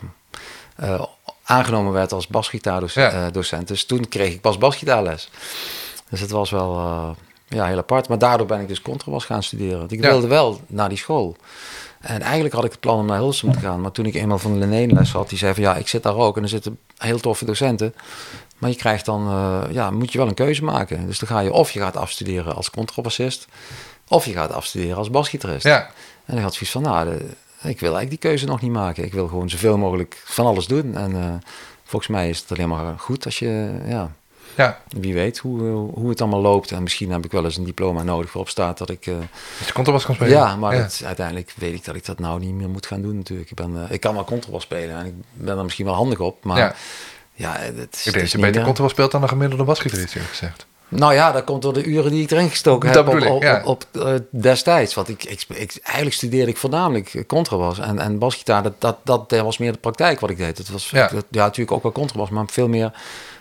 uh, aangenomen werd als basgitaardocent. Ja. Uh, docent. Dus toen kreeg ik pas basgitaarles. Dus het was wel uh, ja, heel apart. Maar daardoor ben ik dus contrabas gaan studeren. Ik ja. wilde wel naar die school. En eigenlijk had ik het plan om naar Hilversum te gaan. Maar toen ik eenmaal van Lenene les had, die zei van ja, ik zit daar ook. En er zitten heel toffe docenten. Maar je krijgt dan, uh, ja, moet je wel een keuze maken. Dus dan ga je of je gaat afstuderen als contrabassist, of je gaat afstuderen als basgitarist. Ja. En ik had zoiets van, nou, de, ik wil eigenlijk die keuze nog niet maken. Ik wil gewoon zoveel mogelijk van alles doen. En uh, volgens mij is het alleen maar goed als je, ja, ja. wie weet hoe, hoe het allemaal loopt. En misschien heb ik wel eens een diploma nodig waarop staat dat ik... Uh, dus je contrabas kan spelen? Ja, maar ja. Het, uiteindelijk weet ik dat ik dat nou niet meer moet gaan doen natuurlijk. Ik, ben, uh, ik kan wel contrabas spelen en ik ben er misschien wel handig op, maar... Ja. Ja, het, het ik denk dat je beter uh, contrabas speelt dan een gemiddelde basgitarist, eerlijk gezegd. Nou ja, dat komt door de uren die ik erin gestoken dat heb op, ik, op, ja. op, op uh, destijds. Want ik, ik, ik, eigenlijk studeerde ik voornamelijk contrabas en, en basgitaar. Dat, dat, dat, dat was meer de praktijk wat ik deed. Het was ja. Dat, ja, natuurlijk ook wel contrabas, maar veel meer...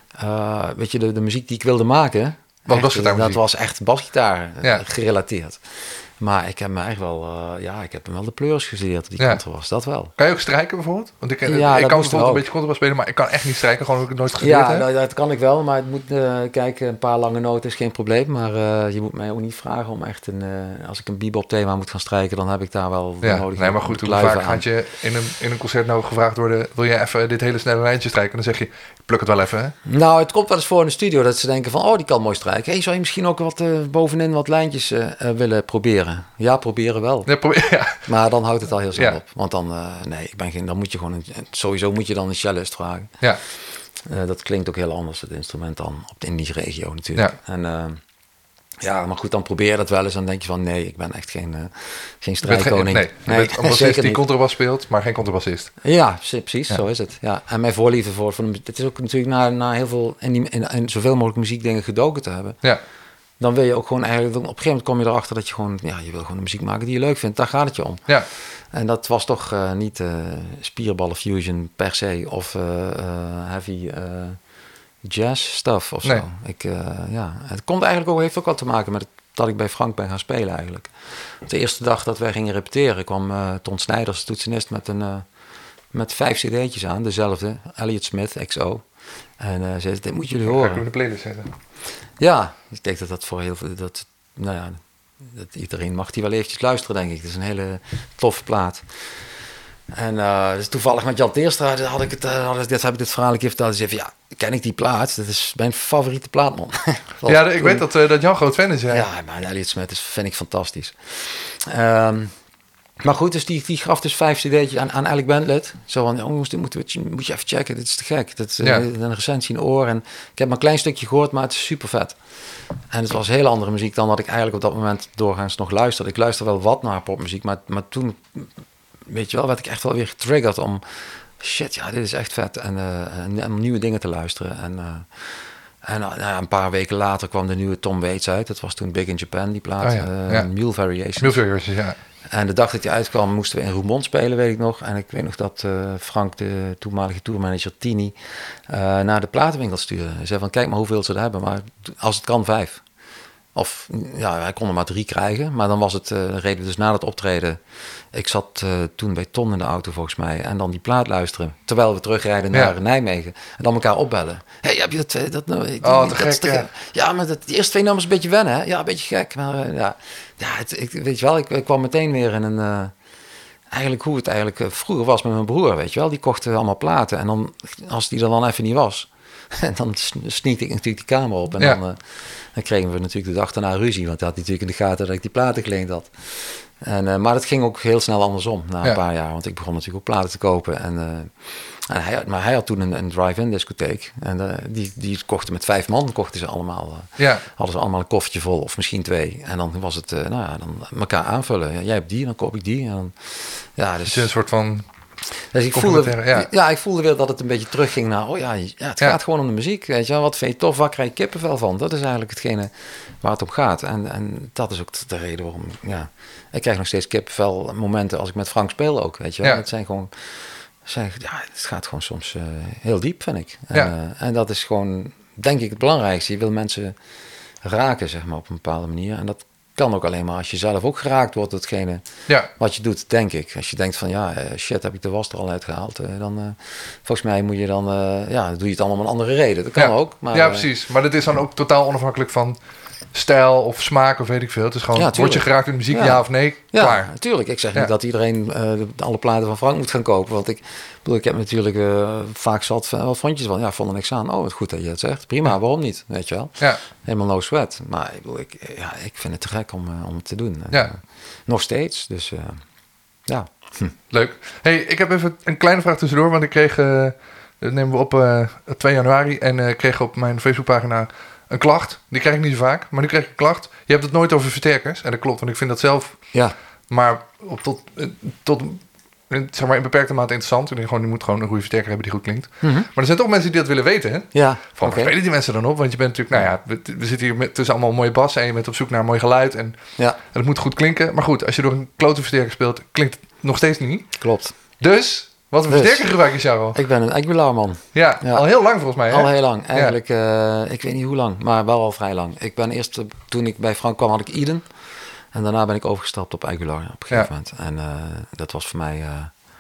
Uh, weet je, de, de muziek die ik wilde maken... Wat echt, dat was echt basgitaar ja. gerelateerd. Maar ik heb me echt wel... Uh, ja, ik heb hem wel de pleurs gestudeerd, die ja. contrabas. Dat wel. Kan je ook strijken bijvoorbeeld? Want ik, ja, ik kan bijvoorbeeld ook. een beetje contrabas spelen, maar ik kan echt niet strijken. Gewoon ook nooit gestudeerd Ja, heb. nou, dat kan ik wel. Maar het moet... Uh, kijk, een paar lange noten is geen probleem. Maar uh, je moet mij ook niet vragen om echt een... Uh, als ik een bebop thema moet gaan strijken, dan heb ik daar wel ja. nodig. Nee, maar goed, hoe vaak gaat je in een, in een concert nou gevraagd worden... wil je even dit hele snelle lijntje strijken? En dan zeg je, pluk het wel even, hè? Nou, het komt wel eens voor in de studio dat ze denken van... oh, die kan mooi strijken. Hey, zou je misschien ook wat uh, bovenin wat lijntjes uh, uh, willen proberen? Ja, proberen wel. Ja, probeer, ja. Maar dan houdt het al heel snel ja. op. Want dan, uh, nee, ik ben geen, dan moet je gewoon... Een, sowieso moet je dan een cellist vragen. Ja. Uh, dat klinkt ook heel anders, het instrument dan, op de, in die regio natuurlijk. Ja. En... Uh, Ja, maar goed, dan probeer je dat wel eens. Dan denk je van, nee, ik ben echt geen, uh, geen strijkkoning. Nee, je bent een bassist die contrabas speelt, maar geen contrabassist. Ja, precies, ja. Zo is het. Ja. En mijn voorliefde voor, voor het is ook natuurlijk na, na heel veel, in, die, in, in zoveel mogelijk muziekdingen gedoken te hebben. Ja. Dan wil je ook gewoon eigenlijk, op een gegeven moment kom je erachter dat je gewoon, ja, je wil gewoon de muziek maken die je leuk vindt. Daar gaat het je om. Ja. En dat was toch uh, niet uh, spierballen fusion per se, of uh, uh, heavy... Uh, jazz stuff of zo. Nee. Ik, uh, ja. Het komt eigenlijk ook, heeft ook wat te maken met het, dat ik bij Frank ben gaan spelen eigenlijk. De eerste dag dat wij gingen repeteren kwam uh, Ton Snijders, toetsenist, met, een, uh, met vijf cd'tjes aan, dezelfde, Elliott Smith, X O. En uh, zei, dit moet jullie horen. Ga ik in de playlist zetten. Ja, ik denk dat dat voor heel veel, dat, nou ja, dat iedereen mag die wel eventjes luisteren, denk ik. Het is een hele toffe plaat. En uh, dus toevallig met Jan Teerstra had ik het, uh, had ik, dit, heb ik dit verhaal een keer verteld. Hij zei van, ja, ken ik die plaat? Dat is mijn favoriete plaat, man. Ja, ik weet dat, uh, dat Jan groot fan is. Ja, ja maar Elliott Smith is, vind ik fantastisch. Um, maar goed, dus die, die gaf dus vijf cd'tjes aan, aan elk bandlid. Zo van, jongens, dit moet, moet je even checken. Dit is te gek. Dat is uh, ja. een recensie in oor. En ik heb maar een klein stukje gehoord, maar het is super vet. En het was hele andere muziek dan wat ik eigenlijk op dat moment doorgaans nog luisterde. Ik luister wel wat naar popmuziek, maar, maar toen... weet je wel, werd ik echt wel weer getriggerd om... shit, ja, dit is echt vet. En uh, om nieuwe dingen te luisteren. En, uh, en uh, nou, een paar weken later kwam de nieuwe Tom Waits uit. Dat was toen Big in Japan, die plaat. Oh ja, uh, ja. Mule Variations. Mule Variations, ja. En de dag dat die uitkwam, moesten we in Roermond spelen, weet ik nog. En ik weet nog dat uh, Frank, de toenmalige tourmanager Tini... Uh, naar de platenwinkel stuurde. Hij zei van, kijk maar hoeveel ze er hebben. Maar als het kan, vijf. Of, ja, hij kon er maar drie krijgen. Maar dan was het, uh, reden we dus na dat optreden... Ik zat uh, toen bij Ton in de auto volgens mij. En dan die plaat luisteren. Terwijl we terugrijden naar ja. Nijmegen. En dan elkaar opbellen. Hé, hey, heb je dat... dat nou, die, oh, te dat gek, te ja. gek. Ja, maar dat, die eerste twee nummers een beetje wennen, hè? Ja, een beetje gek. Maar uh, ja, ja het, ik, weet je wel, ik, ik kwam meteen weer in een... Uh, eigenlijk hoe het eigenlijk uh, vroeger was met mijn broer, weet je wel. Die kochten allemaal platen. En dan, als die er dan even niet was... En dan sneakte ik natuurlijk die kamer op. En ja. dan, uh, dan kregen we natuurlijk de dag daarna ruzie. Want hij had natuurlijk in de gaten dat ik die platen geleend had. En, uh, maar dat ging ook heel snel andersom na een ja. paar jaar. Want ik begon natuurlijk ook platen te kopen. En, uh, en hij, maar hij had toen een, een drive-in discotheek. En uh, die, die kochten met vijf man, kochten ze allemaal. Uh, ja. Hadden ze allemaal een koffertje vol of misschien twee. En dan was het, uh, nou ja, dan elkaar aanvullen. Ja, jij hebt die, dan koop ik die. En dan, ja, dus, dus een soort van... Dus ik voelde, ja. ja, ik voelde weer dat het een beetje terugging naar... oh ja, ja het ja. gaat gewoon om de muziek. Weet je wel, wat vind je tof, waar krijg je kippenvel van? Dat is eigenlijk hetgene waar het om gaat. En, en dat is ook de reden waarom... Ja, ik krijg nog steeds kippenvel momenten als ik met Frank speel ook. Weet je wel, ja. het zijn gewoon... Zijn, ja, het gaat gewoon soms uh, heel diep, vind ik. En, ja. uh, en dat is gewoon... denk ik het belangrijkste. Je wil mensen raken, zeg maar, op een bepaalde manier. En dat kan ook alleen maar als je zelf ook geraakt wordt door hetgene Ja. wat je doet, denk ik. Als je denkt van, ja, eh, shit, heb ik de was er al uitgehaald. Uh, dan, uh, volgens mij moet je dan, uh, ja, dan doe je het allemaal om een andere reden. Dat kan ja. ook. Maar, ja, uh, precies. Maar dat is dan ook totaal onafhankelijk van stijl of smaak of weet ik veel. Het is gewoon, Ja, word je geraakt in de muziek, ja, ja of nee, ja, klaar. natuurlijk. Ik zeg ja. niet dat iedereen uh, de, alle platen van Frank moet gaan kopen. Want ik bedoel, ik heb natuurlijk uh, vaak zat van, wat vond je van? Ja, vond er niks aan. Oh, wat goed dat je het zegt. Prima, ja. Waarom niet? Weet je wel. Ja. Helemaal no sweat. Maar ik bedoel, ik, ja, ik vind het te gek om, uh, om het te doen. Ja. Uh, nog steeds. Dus uh, ja. Hm. Leuk. Hey, ik heb even een kleine vraag tussendoor. Want ik kreeg, uh, dat nemen we op uh, twee januari. En uh, kreeg op mijn Facebookpagina een klacht. Die krijg ik niet zo vaak. Maar nu kreeg ik een klacht. Je hebt het nooit over versterkers. En dat klopt, want ik vind dat zelf... Ja. Maar op tot, tot zeg maar in beperkte mate interessant. Je, gewoon, je moet gewoon een goede versterker hebben die goed klinkt. Mm-hmm. Maar er zijn toch mensen die dat willen weten, hè? Ja. Van, okay. Waar weten die mensen dan op? Want je bent natuurlijk... Nou ja, we, we zitten hier met, tussen allemaal mooie bassen... en je bent op zoek naar een mooi geluid. En, ja. en het moet goed klinken. Maar goed, als je door een klote versterker speelt... klinkt het nog steeds niet. Klopt. Dus... Wat een dus, versterker gebruik je, Charles? Ik ben een Aguilar man. Ja, ja, al heel lang volgens mij, hè? Al heel lang. Eigenlijk, ja. uh, ik weet niet hoe lang, maar wel al vrij lang. Ik ben eerst, toen ik bij Frank kwam, had ik Eden. En daarna ben ik overgestapt op Aguilar op een gegeven ja. moment. En uh, dat was voor mij... Uh,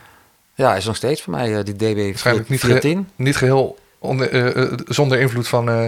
ja, is nog steeds voor mij uh, die D B veertien. Niet, ge- niet geheel onder, uh, uh, zonder invloed van... Uh,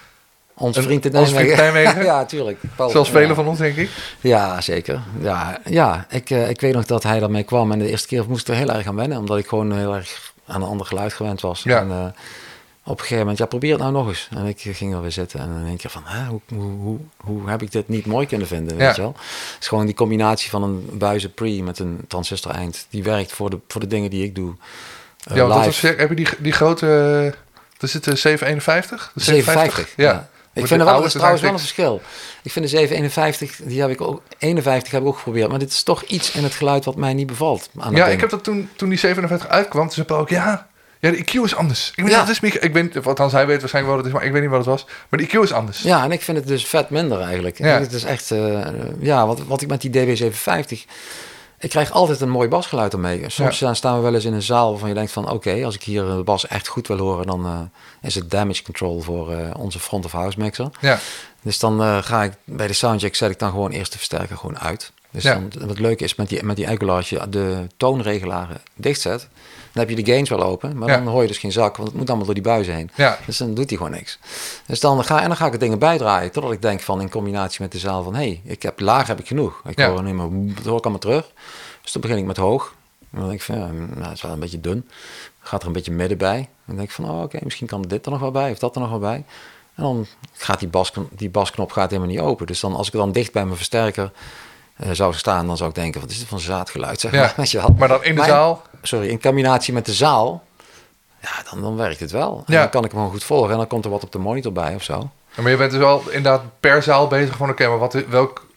Onze vriend in Nijmegen. Ja, tuurlijk. Paul, Zoals velen ja. van ons, denk ik. Ja, zeker. Ja, ja ik, uh, ik weet nog dat hij daarmee kwam. En de eerste keer moest ik er heel erg aan wennen. Omdat ik gewoon heel erg aan een ander geluid gewend was. Ja. En uh, op een gegeven moment, ja, probeer het nou nog eens. En ik ging er weer zitten. En dan denk je van, hè, hoe, hoe, hoe, hoe heb ik dit niet mooi kunnen vinden? Ja. Weet je wel? Het is gewoon die combinatie van een buizen pre met een transistor eind. Die werkt voor de, voor de dingen die ik doe. Uh, ja, dat was, heb je die, die grote... Uh, dat is het uh, zevenhonderdeenenvijftig? De zevenenvijftig, ja. ja. Ik vind er wel, is trouwens wel een verschil. Ik vind de zevenhonderdeenenvijftig, die heb ik ook, eenenvijftig heb ik ook geprobeerd. Maar dit is toch iets in het geluid wat mij niet bevalt. Aan ja, ding. ik heb dat toen, toen die zevenenvijftig uitkwam, toen zei Paul ook, ja, ja, de E Q is anders. Ik weet ja. niet wat het is, ik weet, althans hij weet waarschijnlijk wat het is, maar ik weet niet wat het was. Maar de E Q is anders. Ja, en ik vind het dus vet minder eigenlijk. Ja. Het is echt, uh, ja, wat, wat ik met die D B zevenenvijftig... Ik krijg altijd een mooi basgeluid ermee. Soms ja. staan we wel eens in een zaal waarvan je denkt van... oké, okay, als ik hier de bas echt goed wil horen... dan uh, is het damage control voor uh, onze front of house mixer. Ja. Dus dan uh, ga ik bij de soundcheck... zet ik dan gewoon eerst de versterker gewoon uit. Dus ja. dan, wat leuk is met die, met die Aguilar... als je de toonregelaren dichtzet... dan heb je de gains wel open... maar ja. dan hoor je dus geen zak... want het moet allemaal door die buizen heen. Ja. Dus dan doet hij gewoon niks. Dus dan ga, en dan ga ik het dingen bijdraaien... totdat ik denk van in combinatie met de zaal van... hé, hey, ik heb laag heb ik genoeg. Ik ja. hoor nu maar... dat hoor ik allemaal terug... Dus dan begin ik met hoog. En dan denk ik van, ja, nou, het is wel een beetje dun. Dan gaat er een beetje midden bij. En dan denk ik van, oh, oké, okay, misschien kan dit er nog wel bij. Of dat er nog wel bij. En dan gaat die, bas, die basknop gaat helemaal niet open. Dus dan, als ik dan dicht bij mijn versterker uh, zou staan... dan zou ik denken, wat is dit voor een zaadgeluid? Zeg maar. Ja, Weet je wel. Maar dan in de maar, zaal? Sorry, in combinatie met de zaal... ja, dan, dan werkt het wel. En ja. dan kan ik hem gewoon goed volgen. En dan komt er wat op de monitor bij of zo. Ja, maar je bent dus wel inderdaad per zaal bezig van... oké, okay, maar wat, welk,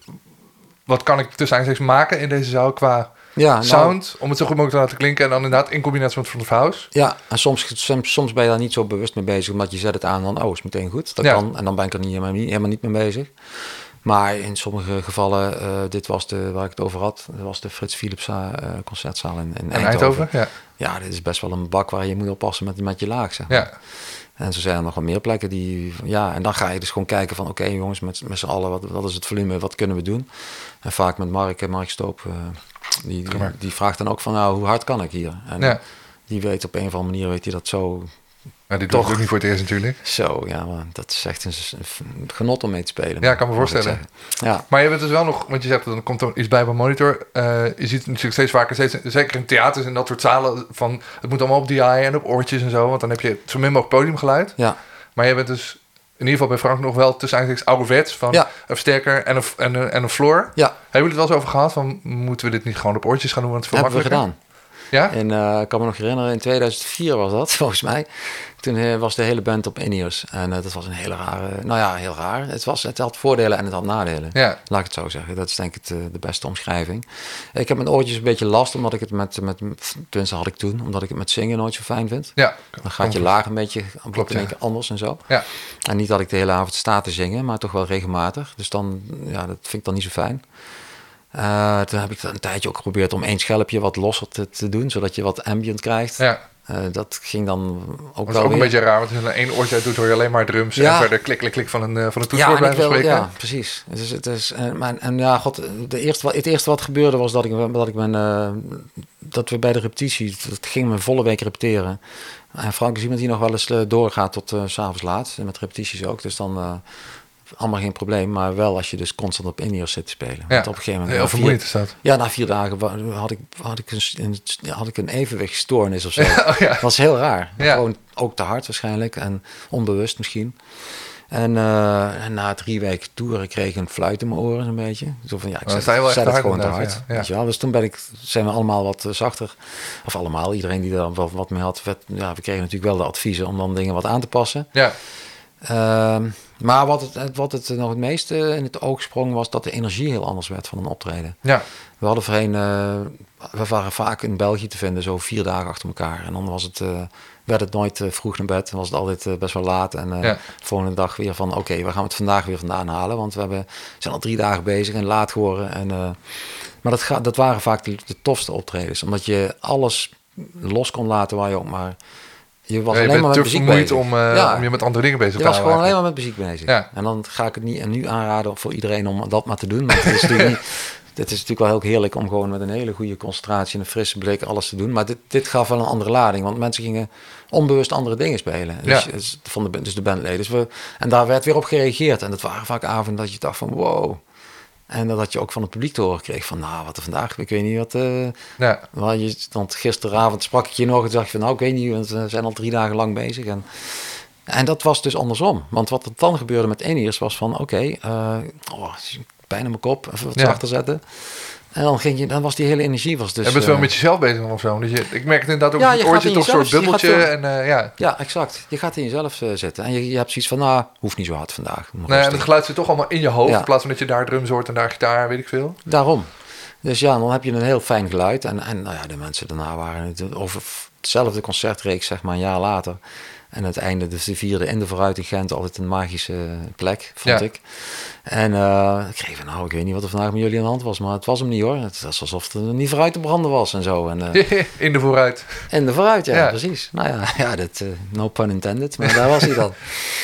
wat kan ik tussen eigenlijk maken in deze zaal qua... Ja, nou, sound, om het zo goed mogelijk te laten klinken... en dan inderdaad in combinatie met front of house. Ja, en soms, soms, soms ben je daar niet zo bewust mee bezig... omdat je zet het aan en dan, oh, is meteen goed. Dat ja. kan, en dan ben ik er niet, helemaal, niet, helemaal niet mee bezig. Maar in sommige gevallen, uh, dit was de, waar ik het over had... dat was de Frits Philips uh, concertzaal in, in Eindhoven. Eindhoven ja. ja, dit is best wel een bak waar je moet oppassen met, met je laag, zeg maar. Ja. En zo zijn er nog wel meer plekken die... Ja, en dan ga je dus gewoon kijken van... oké, okay, jongens, met, met z'n allen, wat, wat is het volume? Wat kunnen we doen? En vaak met Mark, Mark Stoop... Uh, Die, die, die vraagt dan ook van, nou, hoe hard kan ik hier? En ja. die weet op een of andere manier, weet hij dat zo... Ja, die doet het ook niet voor het eerst natuurlijk. Zo, ja, maar dat is echt een, een genot om mee te spelen. Ja, ik kan me voorstellen. Ja. Maar je bent dus wel nog, want je zegt, dan komt er iets bij op een monitor. Uh, je ziet natuurlijk steeds vaker, steeds, zeker in theaters en dat soort zalen, van het moet allemaal op D I en op oortjes en zo, want dan heb je zo min mogelijk podiumgeluid. Ja. Maar je bent dus... in ieder geval bij Frank nog wel tussen eigenlijk ouderwets van ja. een versterker en een, en een, en een floor. Ja. Hebben jullie het wel eens over gehad van moeten we dit niet gewoon op oortjes gaan doen? Want het is veel hebben we gedaan. Ja? En uh, ik kan me nog herinneren, in tweeduizend vier was dat volgens mij. Toen uh, was de hele band op in-ears. En uh, dat was een hele rare... Nou ja, heel raar. Het, was, het had voordelen en het had nadelen. Ja. Laat ik het zo zeggen. Dat is denk ik het, uh, de beste omschrijving. Ik heb met oortjes een beetje last, omdat ik het met... met tenminste had ik toen, omdat ik het met zingen nooit zo fijn vind. Ja. Dan gaat je laag een beetje Klopt, ja. anders en zo. Ja. En niet dat ik de hele avond sta te zingen, maar toch wel regelmatig. Dus dan, ja, dat vind ik dan niet zo fijn. Uh, toen heb ik een tijdje ook geprobeerd om één schelpje wat losser te, te doen, zodat je wat ambient krijgt. Ja. Uh, dat ging dan ook dat wel is ook weer... een beetje raar, want als je één oortje uit doet, hoor je alleen maar drums Ja. en verder klik, klik, klik van een, uh, van een Ja, toetsenbord en ik blijven wil, spreken. ja, precies. Het is, het is, uh, maar, en ja, god, de eerste, wat- het eerste wat gebeurde was dat ik, dat ik mijn, uh, dat we bij de repetitie, dat ging me een volle week repeteren. En Frank is iemand die nog wel eens uh, doorgaat tot uh, 's avonds laat, en met repetities ook. Dus dan uh, allemaal geen probleem, maar wel als je dus constant op in-ears zit te spelen. Ja, Want op een gegeven moment, heel na vier- vermoeiend is dat. Ja, na vier dagen wa- had ik, had ik, een, een, had ik een evenwichtstoornis of zo. Oh, ja. Dat was heel raar. Ja. Gewoon ook te hard waarschijnlijk en onbewust misschien. En, uh, en na drie weken toeren kreeg ik een fluit in mijn oren een beetje. Zo van ja, ik Dan zet, sta je wel zet echt het hard gewoon te inderdaad, hard. ja, ja. Weet je wel? Dus toen ben ik, zijn we allemaal wat uh, zachter. Of allemaal, iedereen die er wel wat mee had. Werd, ja, we kregen natuurlijk wel de adviezen om dan dingen wat aan te passen. Ja, Uh, maar wat het, wat het nog het meeste in het oog sprong was dat de energie heel anders werd van een optreden. ja, We hadden voorheen, uh, we waren vaak in België te vinden, zo vier dagen achter elkaar. En dan was het, uh, werd het nooit uh, vroeg naar bed, dan was het altijd uh, best wel laat. En uh, Ja. de volgende dag weer van, oké, okay, waar gaan we het vandaag weer vandaan halen? Want we hebben, zijn al drie dagen bezig en laat geworden. En, uh, maar dat, ga, dat waren vaak de, de tofste optredens, omdat je alles los kon laten waar je ook maar... Je was Ja, je alleen maar bent met te muziek vermoeid bezig. om, uh, Ja. om je met andere dingen bezig Je te was houden. gewoon alleen eigenlijk. maar met muziek bezig. Ja. En dan ga ik het niet en nu aanraden voor iedereen om dat maar te doen. Want het is natuurlijk niet, het is natuurlijk wel heel heerlijk om gewoon met een hele goede concentratie en een frisse blik alles te doen. Maar dit, dit gaf wel een andere lading. Want mensen gingen onbewust andere dingen spelen. Dus, Ja. dus, van de, dus de bandleden. Dus we, en daar werd weer op gereageerd. En dat waren vaak avonden dat je dacht van wow. En dat je ook van het publiek te horen kreeg van nou wat er vandaag, ik weet niet wat... Uh, Ja. waar je, want gisteravond sprak ik je nog en dacht je van nou ik weet niet, want we zijn al drie dagen lang bezig. En, en dat was dus andersom. Want wat er dan gebeurde met in-ears was van oké, okay, uh, oh, bijna mijn kop, even wat Ja. zachter zetten. En dan, ging je, dan was die hele energie was dus... Je bent wel uh, met jezelf bezig dan of zo. Dus je, ik merk het inderdaad ook Ja, ja, je het gaat oortje in toch een soort jezelf, je bubbeltje. gaat En uh, ja. Ja, exact. Je gaat in jezelf uh, zitten. En je, je hebt zoiets van, nou, hoeft niet zo hard vandaag. Nog Nee, en rustig. het geluid zit toch allemaal in je hoofd. Ja. In plaats van dat je daar drums hoort en daar gitaar, weet ik veel. Daarom. Dus ja, dan heb je een heel fijn geluid. En, en nou ja, de mensen daarna waren het over hetzelfde concertreeks, zeg maar, een jaar later. En het einde, dus de vierde in de Vooruit in Gent, altijd een magische plek, vond Ja. ik. En uh, ik kreeg van, nou, ik weet niet wat er vandaag met jullie aan de hand was, maar het was hem niet hoor. Het was alsof er niet vooruit te branden was en zo. En, uh, in de vooruit. in de Vooruit, ja, Ja. precies. Nou ja, ja dat, uh, no pun intended, maar daar was hij dan.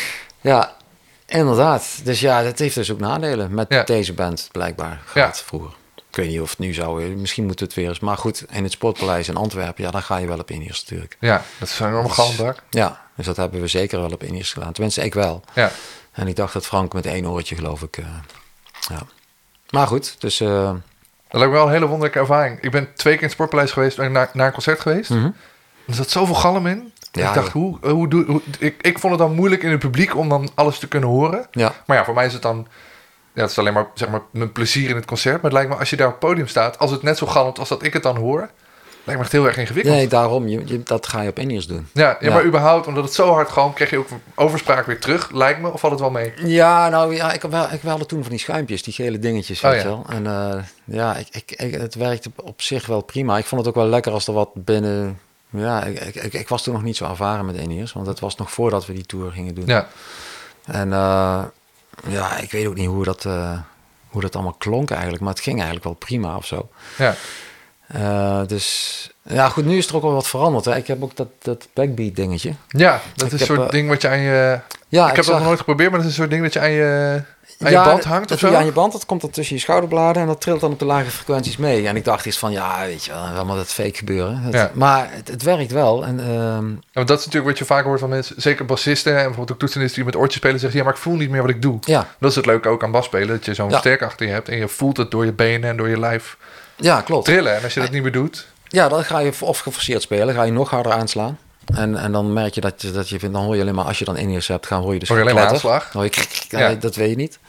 Ja, inderdaad. Dus ja, dat heeft dus ook nadelen met Ja. deze band, blijkbaar, gehad vroeger. Ik weet niet of het nu zou, misschien moet het weer eens. Maar goed, in het Sportpaleis in Antwerpen, ja, dan ga je wel op in-ears natuurlijk. Ja, dat is een enorme galmbak. Ja, dus dat hebben we zeker wel op in-ears gedaan. Tenminste, ik wel. Ja. En ik dacht dat Frank met één oortje, geloof ik. Uh, ja. Maar goed, dus... Uh, Dat lijkt me wel een hele wonderlijke ervaring. Ik ben twee keer in het Sportpaleis geweest en naar, naar een concert geweest. mm-hmm. Er zat zoveel galm in. Ja, ik dacht, ja. hoe, hoe doe hoe, ik, ik vond het dan moeilijk in het publiek om dan alles te kunnen horen. Ja. Maar ja, voor mij is het dan... Ja, het is alleen maar, zeg maar mijn plezier in het concert. Maar het lijkt me als je daar op het podium staat, als het net zo galmt als dat ik het dan hoor, lijkt me echt heel erg ingewikkeld. Nee, daarom. Je, je, dat ga je op in-ears doen. Ja, ja, Ja. maar überhaupt, omdat het zo hard galmt, kreeg je ook overspraak weer terug, lijkt me. Of valt het wel mee? Ja, nou ja, ik, wel, ik wilde toen van die schuimpjes, die gele dingetjes, weet Oh, je ja. wel. En uh, ja, ik, ik, ik, het werkte op zich wel prima. Ik vond het ook wel lekker als er wat binnen... Ja, ik, ik, ik, ik was toen nog niet zo ervaren met in-ears, want het was nog voordat we die tour gingen doen. Ja. En uh, ja, ik weet ook niet hoe dat, uh, hoe dat allemaal klonk eigenlijk, maar het ging eigenlijk wel prima of zo. Ja. Uh, dus ja, goed, nu is er ook wel wat veranderd. Hè. Ik heb ook dat, dat backbeat dingetje. Ja, dat Ik is een heb, soort uh, ding wat je aan je... Ja, ik heb dat zag- nog nooit geprobeerd, maar dat is een soort ding dat je aan je, aan ja, je band hangt dat of doe zo. je aan je band, dat komt dan tussen je schouderbladen en dat trilt dan op de lage frequenties mee. En ik dacht eens van, ja, weet je wel, allemaal dat fake gebeuren. Het, Ja. Maar het, het werkt wel. En, um, Ja, want dat is natuurlijk wat je vaak hoort van mensen, zeker bassisten en bijvoorbeeld ook toetsenisten die met oortjes spelen, zeggen ja, maar ik voel niet meer wat ik doe. ja, Dat is het leuke ook aan basspelen, dat je zo'n Ja. sterk achter je hebt en je voelt het door je benen en door je lijf ja, klopt. trillen. En als je dat niet meer doet, Ja, dan ga je of geforceerd spelen, ga je nog harder aanslaan. En, en dan merk je dat je, dat je vindt, dan hoor je alleen maar, als je dan in-ears hebt, gaan hoor je dus Hoor je alleen maar gekletter. aanslag? Dan hoor je krik, krik, Ja. ja, dat weet je niet.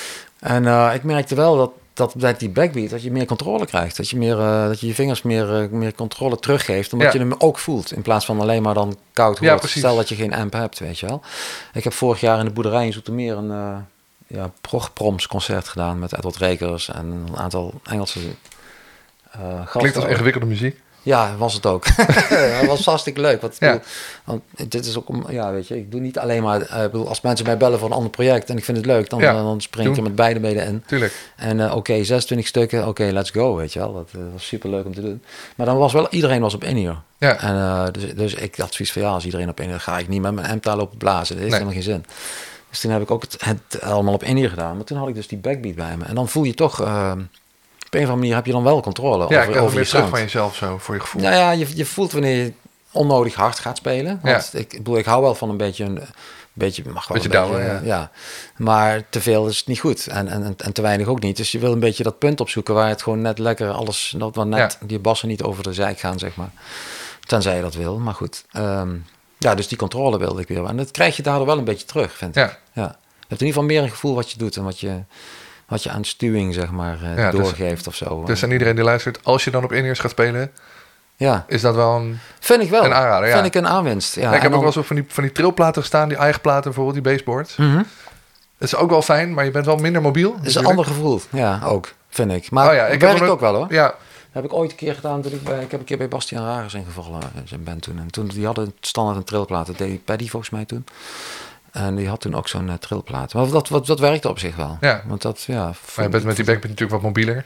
En uh, ik merkte wel dat, dat met die backbeat, dat je meer controle krijgt. Dat je, meer, uh, dat je je vingers meer, uh, meer controle teruggeeft, omdat Ja. je hem ook voelt. In plaats van alleen maar dan koud Ja, hoort. precies. Stel dat je geen amp hebt, weet je wel. Ik heb vorig jaar in de boerderij in Zoetermeer een uh, ja, prog-proms concert gedaan met Edward Rekers en een aantal Engelse uh, gasten. klinkt als ook. ingewikkelde muziek. Ja, was het ook. Dat was hartstikke leuk. Want, ik Ja. bedoel, want dit is ook, om- ja, weet je, ik doe niet alleen maar, uh, bedoel, als mensen mij bellen voor een ander project en ik vind het leuk, dan, Ja, dan spring ik doen. er met beide benen in. Tuurlijk. En uh, oké, okay, zesentwintig stukken, oké, okay, let's go, weet je wel. Dat uh, was super leuk om te doen. Maar dan was wel, iedereen was op in-ear. Ja. En uh, dus, dus ik had zoiets van, ja, als iedereen op in-ear, ga ik niet met mijn M-taal lopen blazen. Dat heeft Nee. helemaal geen zin. Dus toen heb ik ook het, het allemaal op in-ear gedaan. Maar toen had ik dus die backbeat bij me. En dan voel je toch, uh, op een of andere manier heb je dan wel controle Ja, over, ik krijg over meer je terug sound. van jezelf zo, voor je gevoel. Nou ja, je, je voelt wanneer je onnodig hard gaat spelen. Want Ja. ik, ik bedoel, ik hou wel van een beetje een beetje, mag wel Beetje een beetje, douwen, uh, ja. ja. Maar te veel is niet goed en, en, en te weinig ook niet. Dus je wil een beetje dat punt opzoeken waar het gewoon net lekker alles, dat waar net Ja. die bassen niet over de zijk gaan, zeg maar. Tenzij je dat wil, maar goed. Um, ja, dus die controle wilde ik weer. En dat krijg je daardoor wel een beetje terug, vind ik. Ja. Ja. Je hebt in ieder geval meer een gevoel wat je doet en wat je, wat je aan stuwing, zeg maar, uh, Ja, dus- doorgeeft of zo. Dus aan iedereen die luistert, als je dan op in-ears gaat spelen, Ja, is dat wel een... vind ik wel. Een aanrader, ja. Vind ik een aanwinst. Ja, Ja, ik en heb ook dan- wel eens op van die, van die trillplaten gestaan, die eigen platen bijvoorbeeld, die baseboards. Mhm. Dat is ook wel fijn, maar je bent wel minder mobiel. Het is een ander gevoel, ja, ook, vind ik. Maar Oh ja, ik het heb werkt wel een- ook wel, hoor. Ja, Dat heb ik ooit een keer gedaan. Toen ik, bij, ik heb een keer bij Bastiaan Ragers ingevallen in zijn band toen. En toen, die hadden standaard een trillplaat. Dat deed Paddy volgens mij toen. En die had toen ook zo'n uh, trillplaat. Maar dat, dat, dat werkte op zich wel. Ja. Want dat, ja... maar je bent met die backbeat natuurlijk wat mobieler.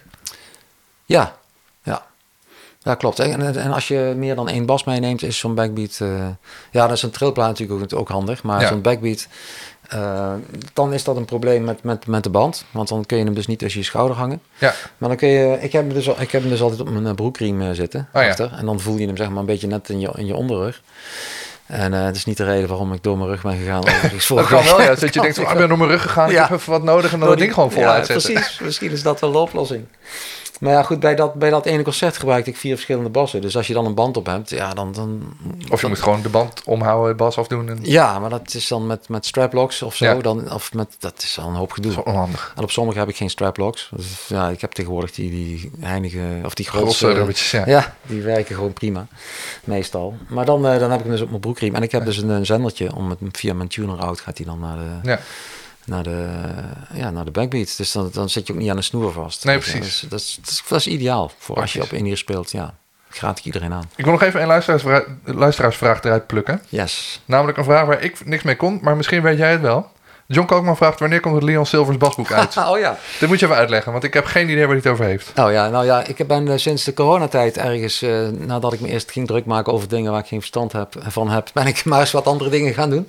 Ja, ja. Ja, klopt. En, en als je meer dan één bas meeneemt, is zo'n backbeat... Uh, ja, dat is een trillplaat natuurlijk ook, ook handig. Maar Ja. zo'n backbeat... Uh, dan is dat een probleem met, met, met de band. Want dan kun je hem dus niet tussen je schouder hangen. Ja, Maar dan kun je... Ik heb hem dus, al- ik heb hem dus altijd op mijn uh, broekriem uh, zitten. Oh ja. achter. En dan voel je hem zeg maar een beetje net in je, in je onderrug. En uh, dat is niet de reden waarom ik door mijn rug ben gegaan. overigens dat vorige kan week. wel, ja. Dat je denkt, van, oh, ik ben door mijn rug gegaan, Ja. ik heb even wat nodig en dan Door dat die- ding gewoon vol ja, uitzetten. precies. Misschien is dat wel de oplossing. Maar ja, goed, bij dat, bij dat ene concert gebruikte ik vier verschillende bassen. Dus als je dan een band op hebt, ja, dan... dan Of je moet gewoon de band omhouden, bas afdoen. En... Ja, maar dat is dan met, met straplocks of zo. Ja. Dan, of met, dat is al een hoop gedoe. Dat is wel onhandig. En op sommige heb ik geen straplocks. Dus, ja, ik heb tegenwoordig die, die heinige... Of die Grosse grootste... rubbertjes, ja. Ja, die werken gewoon prima. Meestal. Maar dan, uh, dan heb ik hem dus op mijn broekriem. En ik heb dus een, een zendertje. Om het, via mijn tuner out gaat hij dan naar de... Ja. Naar de, ja, naar de backbeat. Dus dan, dan zit je ook niet aan de snoer vast. Nee, Ja, precies. dat, is, dat, is, dat, is, dat is ideaal voor als je op Precies. in-ear speelt. Ja, dat raad ik iedereen aan. Ik wil nog even een luisteraarsvraag, luisteraarsvraag eruit plukken. Yes. Namelijk een vraag waar ik niks mee kon, maar misschien weet jij het wel. John Kalkman vraagt, wanneer komt het Leon Silvers basboek uit? Oh ja. Dit moet je even uitleggen, want ik heb geen idee waar hij het over heeft. Oh ja, nou ja, ik ben uh, sinds de coronatijd ergens, uh, nadat ik me eerst ging druk maken over dingen waar ik geen verstand heb, van heb, ben ik maar eens wat andere dingen gaan doen.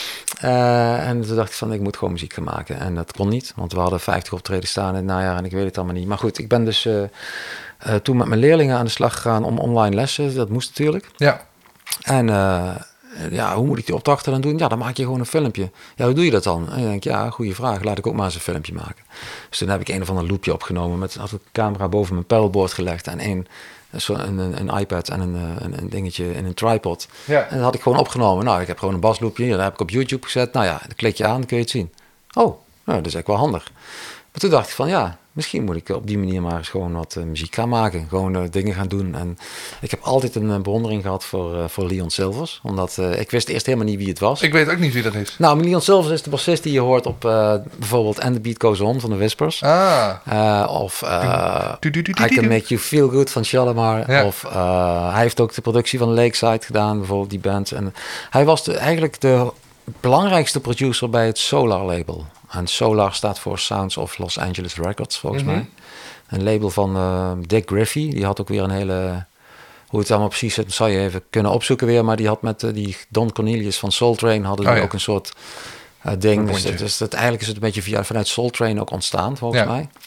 Uh, en toen dacht ik van, ik moet gewoon muziek gaan maken. En dat kon niet, want we hadden vijftig optreden staan in het najaar en ik weet het allemaal niet. Maar goed, ik ben dus uh, uh, toen met mijn leerlingen aan de slag gegaan om online lessen. Dat moest natuurlijk. Ja. En uh, ja, hoe moet ik die opdrachten dan doen? Ja, dan maak je gewoon een filmpje. Ja, hoe doe je dat dan? En je denkt, ja, goede vraag. Laat ik ook maar eens een filmpje maken. Dus toen heb ik een of ander loopje opgenomen. Met had ik de camera boven mijn pedalboard gelegd. En een, zo een, een, een iPad en een, een, een dingetje in een tripod. Ja. En dat had ik gewoon opgenomen. Nou, ik heb gewoon een basloopje. Dat heb ik op YouTube gezet. Nou ja, dan klik je aan, dan kun je het zien. Oh, nou, dat is echt wel handig. Maar toen dacht ik van, ja, misschien moet ik op die manier maar eens gewoon wat uh, muziek gaan maken. Gewoon uh, dingen gaan doen. En ik heb altijd een uh, bewondering gehad voor, uh, voor Leon Silvers. Omdat uh, ik wist eerst helemaal niet wie het was. Ik weet ook niet wie dat is. Nou, Leon Silvers is de bassist die je hoort op uh, bijvoorbeeld And The Beat Goes On van de Whispers. Ah. Uh, of uh, Du- du- du- du- I du- Can du. Make You Feel Good van Shalimar. Ja. Of uh, hij heeft ook de productie van Lakeside gedaan, bijvoorbeeld die band. En hij was de, eigenlijk de belangrijkste producer bij het Solar label. En Solar staat voor Sounds of Los Angeles Records, volgens Mhm. mij. Een label van uh, Dick Griffey. Die had ook weer een hele... Hoe het allemaal precies zit, zou je even kunnen opzoeken weer. Maar die had met uh, die Don Cornelius van Soul Train... hadden die Oh, ja. ook een soort uh, ding. Dus, bondje. het- dus dat, eigenlijk is het een beetje via, vanuit Soul Train ook ontstaan, volgens Ja. mij.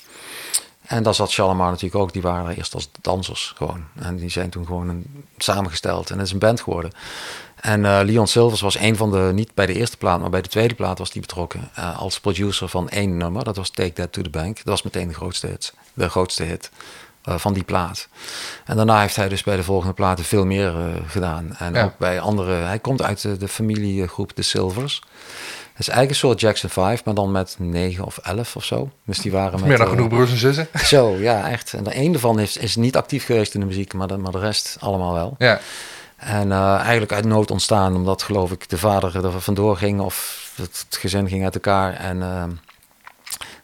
En daar zat Shalimar natuurlijk ook. Die waren er eerst als dansers gewoon. En die zijn toen gewoon een, samengesteld. En het is een band geworden. En uh, Leon Silvers was een van de, niet bij de eerste plaat, maar bij de tweede plaat was die betrokken. Uh, als producer van één nummer. Dat was Take That to the Bank. Dat was meteen de grootste hit. De grootste hit uh, van die plaat. En daarna heeft hij dus bij de volgende platen veel meer uh, gedaan. En Ja. ook bij andere. Hij komt uit de, de familiegroep The Silvers. Het is eigenlijk een soort Jackson vijf, maar dan met negen of elf of zo. Dus die waren met... Meer dan uh, genoeg broers en zussen. Zo, ja, echt. En de een ervan is, is niet actief geweest in de muziek, maar de, maar de rest allemaal wel. Ja. En uh, eigenlijk uit nood ontstaan, omdat geloof ik de vader er vandoor ging of het gezin ging uit elkaar. En uh,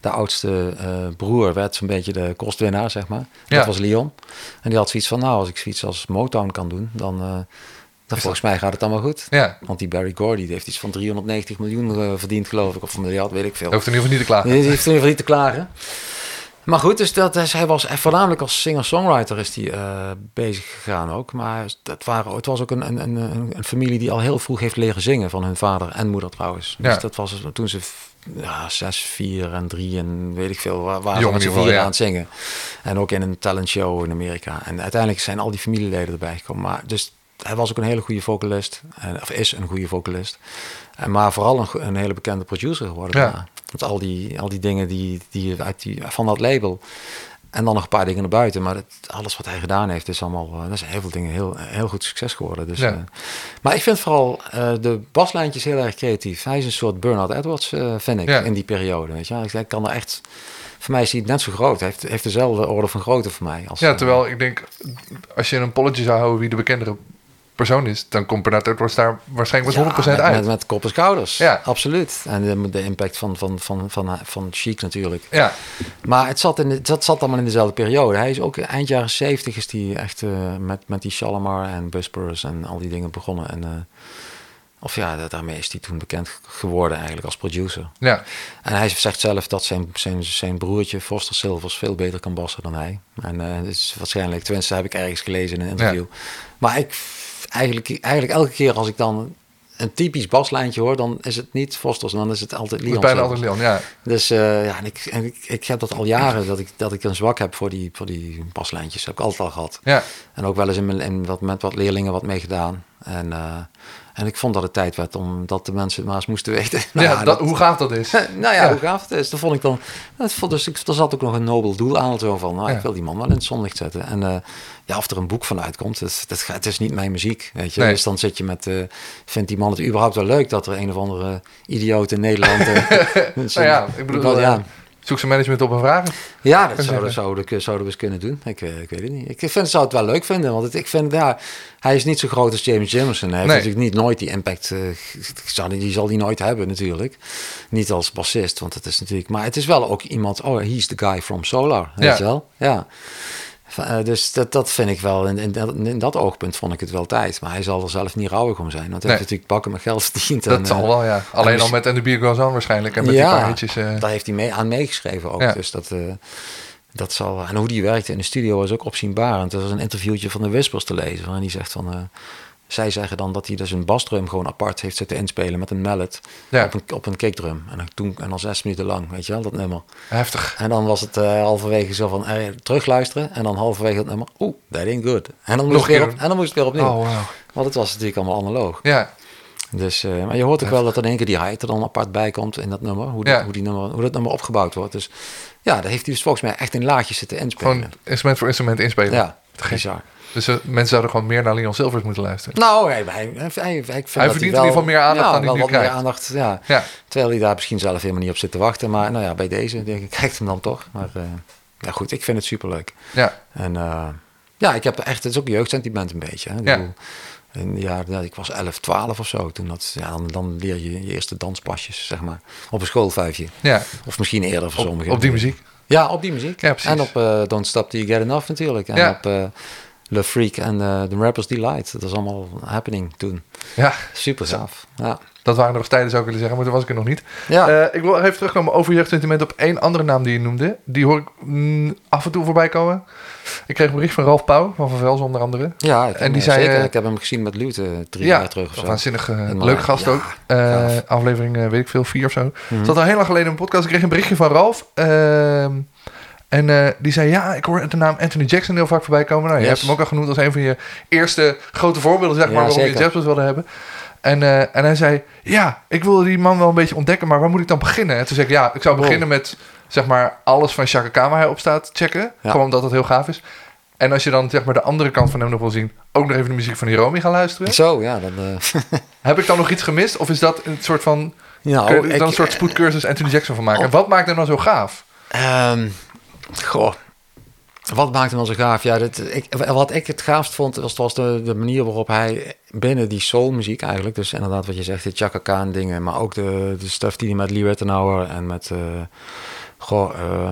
de oudste uh, broer werd zo'n beetje de kostwinnaar, zeg maar. Ja. Dat was Leon. En die had zoiets van, nou, als ik zoiets als Motown kan doen, dan, uh, dan volgens mij gaat het allemaal goed. Ja. Want die Barry Gordy, die heeft iets van driehonderdnegentig miljoen uh, verdiend, geloof ik. Of een miljard, weet ik veel. Hoeft in ieder geval niet te klagen. Die, die heeft in ieder geval niet te klagen. Maar goed, dus dat, dus hij was voornamelijk als singer-songwriter is die, uh, bezig gegaan ook. Maar het, waren, het was ook een, een, een, een familie die al heel vroeg heeft leren zingen van hun vader en moeder trouwens. Dus ja. dat was toen ze ja, zes, vier en drie en weet ik veel, waar, waar Jong ze geval, vier ja. aan het zingen. En ook in een talentshow in Amerika. En uiteindelijk zijn al die familieleden erbij gekomen. Maar dus hij was ook een hele goede vocalist. Of is een goede vocalist. En maar vooral een, een hele bekende producer geworden. Ja. Daarna. Want al die, al die dingen die, die uit die, van dat label. En dan nog een paar dingen naar buiten. Maar het, alles wat hij gedaan heeft, is allemaal. Uh, er zijn heel veel dingen heel, heel goed succes geworden. Dus, Ja. uh, maar ik vind vooral uh, de baslijntjes heel erg creatief. Hij is een soort Bernard Edwards, uh, vind ik, Ja. in die periode. Weet je? Hij kan er echt. Voor mij is hij net zo groot. Hij heeft, heeft dezelfde orde van grootte voor mij. Als, Ja, terwijl ik denk, als je een polletje zou houden wie de bekendere persoon is, dan komt Bernard Edwards daar waarschijnlijk met honderd procent met, uit. Met, met kop en schouders, Ja. absoluut. En de, de impact van, van, van, van, van Chic natuurlijk. Ja, Maar het zat, in, het zat, zat allemaal in dezelfde periode. Hij is ook eind jaren zeventig is hij echt uh, met, met die Shalimar en Buspers en al die dingen begonnen. En, uh, of ja, daarmee is hij toen bekend geworden eigenlijk als producer. ja, En hij zegt zelf dat zijn, zijn, zijn broertje Foster Silvers veel beter kan bassen dan hij. En uh, dat is waarschijnlijk, tenminste heb ik ergens gelezen in een interview. Ja. Maar ik, eigenlijk, eigenlijk elke keer als ik dan een typisch baslijntje hoor, dan is het niet Fosters, dan is het altijd het Leon. is bijna Silvers. altijd Leon, ja. Dus uh, ja, en ik, en ik, ik heb dat al jaren, dat ik, dat ik een zwak heb voor die, voor die baslijntjes. Dat heb ik altijd al gehad. Ja, En ook wel eens in, mijn, in wat, met wat leerlingen wat mee gedaan. En, uh, en ik vond dat het tijd werd omdat de mensen het maar eens moesten weten. nou, ja dat, hoe gaaf dat is. nou ja, Ja. hoe gaaf het is. Dat vond ik dan. Dat vond, dus ik, er zat ook nog een nobel doel aan. Zo van, nou, Ja. ik wil die man wel in het zonlicht zetten. En uh, ja, of er een boek van uitkomt, dat, dat, gaat- het is niet mijn muziek. Weet je? Nee. Dus dan zit je met. Uh, vindt die man het überhaupt wel leuk dat er een of andere idioot in Nederland. Uh, Nou ja, ik bedoel, dat, ja. uh, zoek zijn management op en vragen. Ja, dat Kan zouden, zeggen. zouden, zouden we eens kunnen doen. Ik, eh, ik weet het niet. Ik vind, zou het wel leuk vinden, want het, ik vind, ja, hij is niet zo groot als James Jamerson. Hij heeft Nee. natuurlijk niet nooit die impact, eh, zal die, die zal die nooit hebben natuurlijk. Niet als bassist, want het is natuurlijk, maar het is wel ook iemand, oh, he's the guy from Solar, weet Ja. je wel? Ja. Uh, dus dat, dat vind ik wel, in, in, dat- in dat oogpunt vond ik het wel tijd. Maar hij zal er zelf niet rouwig om zijn, want hij Nee. heeft natuurlijk bakken met geld verdiend. Dat en, zal uh, wel, ja. Alleen al misschien- met And the Beer Goes On waarschijnlijk. En met die paar hitjes. uh, daar heeft hij mee, aan meegeschreven ook. Ja. Dus dat, uh, dat zal, en hoe die werkte in de studio was ook opzienbarend. Er was een interviewtje van de Whispers te lezen. En die zegt van, uh, zij zeggen dan dat hij dus een basdrum gewoon apart heeft zitten inspelen met een mallet Ja. op een, op een kickdrum. En dan, toen, en dan zes minuten lang, weet je wel, dat nummer. heftig. En dan was het uh, halverwege zo van, uh, terugluisteren. En dan halverwege dat nummer, oeh, that ain't good. En dan moest, Nog het weer, een op, keer. en dan moest het weer opnieuw. Oh, wow. Want het was natuurlijk allemaal analoog. Ja, Dus, uh, maar je hoort ook wel dat er in één keer die hi er dan apart bij komt in dat nummer. Hoe, die, Ja. hoe, die nummer, hoe dat nummer opgebouwd wordt. Dus ja, daar heeft hij dus volgens mij echt in laagjes zitten inspelen. gewoon instrument voor instrument inspelen. Ja, Te gek. bizar. Dus uh, mensen zouden gewoon meer naar Leon Silvers moeten luisteren. Nou, hij, hij, hij, hij, ik vind dat verdient in ieder geval meer aandacht ja, dan hij wel nu wat meer krijgt. aandacht, ja. Ja, Terwijl hij daar misschien zelf helemaal niet op zit te wachten. Maar nou ja, bij deze denk ik, krijgt hem dan toch. Maar uh, ja, goed, ik vind het superleuk. ja, En uh, ja, ik heb echt, het is ook jeugdsentiment een beetje. Hè. Ik Ja. bedoel, in de jaren, ja, ik was elf, twaalf of zo. Toen dat, ja, dan, dan leer je je eerste danspasjes, zeg maar. Op een schoolvijfje. ja. Of misschien eerder voor Op, sommigen. op die muziek. Ja, op die muziek. Ja, precies. En op uh, Don't Stop Till You Get Enough natuurlijk. En Ja. op uh, Le Freak en uh, The Rapper's Delight. Dat was allemaal happening toen. Ja, Super gaaf. Ja. dat waren nog tijden zou ik willen zeggen, maar toen was ik er nog niet. Ja. Eh, ik wil nog even terugkomen over jeugdsentiment op één andere naam die je noemde. Die hoor ik mm, af en toe voorbij komen. Ik kreeg een bericht van Ralf Pauw, van Van Velzen onder andere. Ja, ik, En die ja, zei, zeker. eh, Ik heb hem gezien met Lute uh, drie Ja, jaar terug of zo. waanzinnig uh, En leuk maar- gast ja, ook. Eh, gaaf. aflevering, uh, weet ik veel, vier of zo. Mhm. Zat al heel lang geleden in een podcast. Ik kreeg een berichtje van Ralf. Ehm, en uh, die zei, ja, ik hoor de naam Anthony Jackson heel vaak voorbij komen. Nou, je Yes. hebt hem ook al genoemd als een van je eerste grote voorbeelden, zeg Ja, maar, waarom je zeker. jazzband wilde hebben. En, uh, en hij zei, ja, ik wilde die man wel een beetje ontdekken, maar waar moet ik dan beginnen? En toen zei ik, ja, ik zou Wow. beginnen met, zeg maar, alles van Chaka Khan waar hij op staat checken. Ja. Gewoon omdat dat heel gaaf is. En als je dan, zeg maar, de andere kant van hem nog wil zien, ook nog even de muziek van Hiromi gaan luisteren. Zo, ja. Dan, uh, Heb ik dan nog iets gemist? Of is dat een soort van, nou, kun je er dan ik- een soort spoedcursus Anthony Jackson van maken? Oh. En wat maakt hem dan zo gaaf? Ehm, goh, wat maakt hem dan zo gaaf? Ja, dit, ik, wat ik het gaafst vond, was, was de, de manier waarop hij binnen die soulmuziek eigenlijk, dus inderdaad wat je zegt, de Chaka Khan dingen, maar ook de, de stuff die hij met Lee Rittenauer en met, uh, Goh, uh,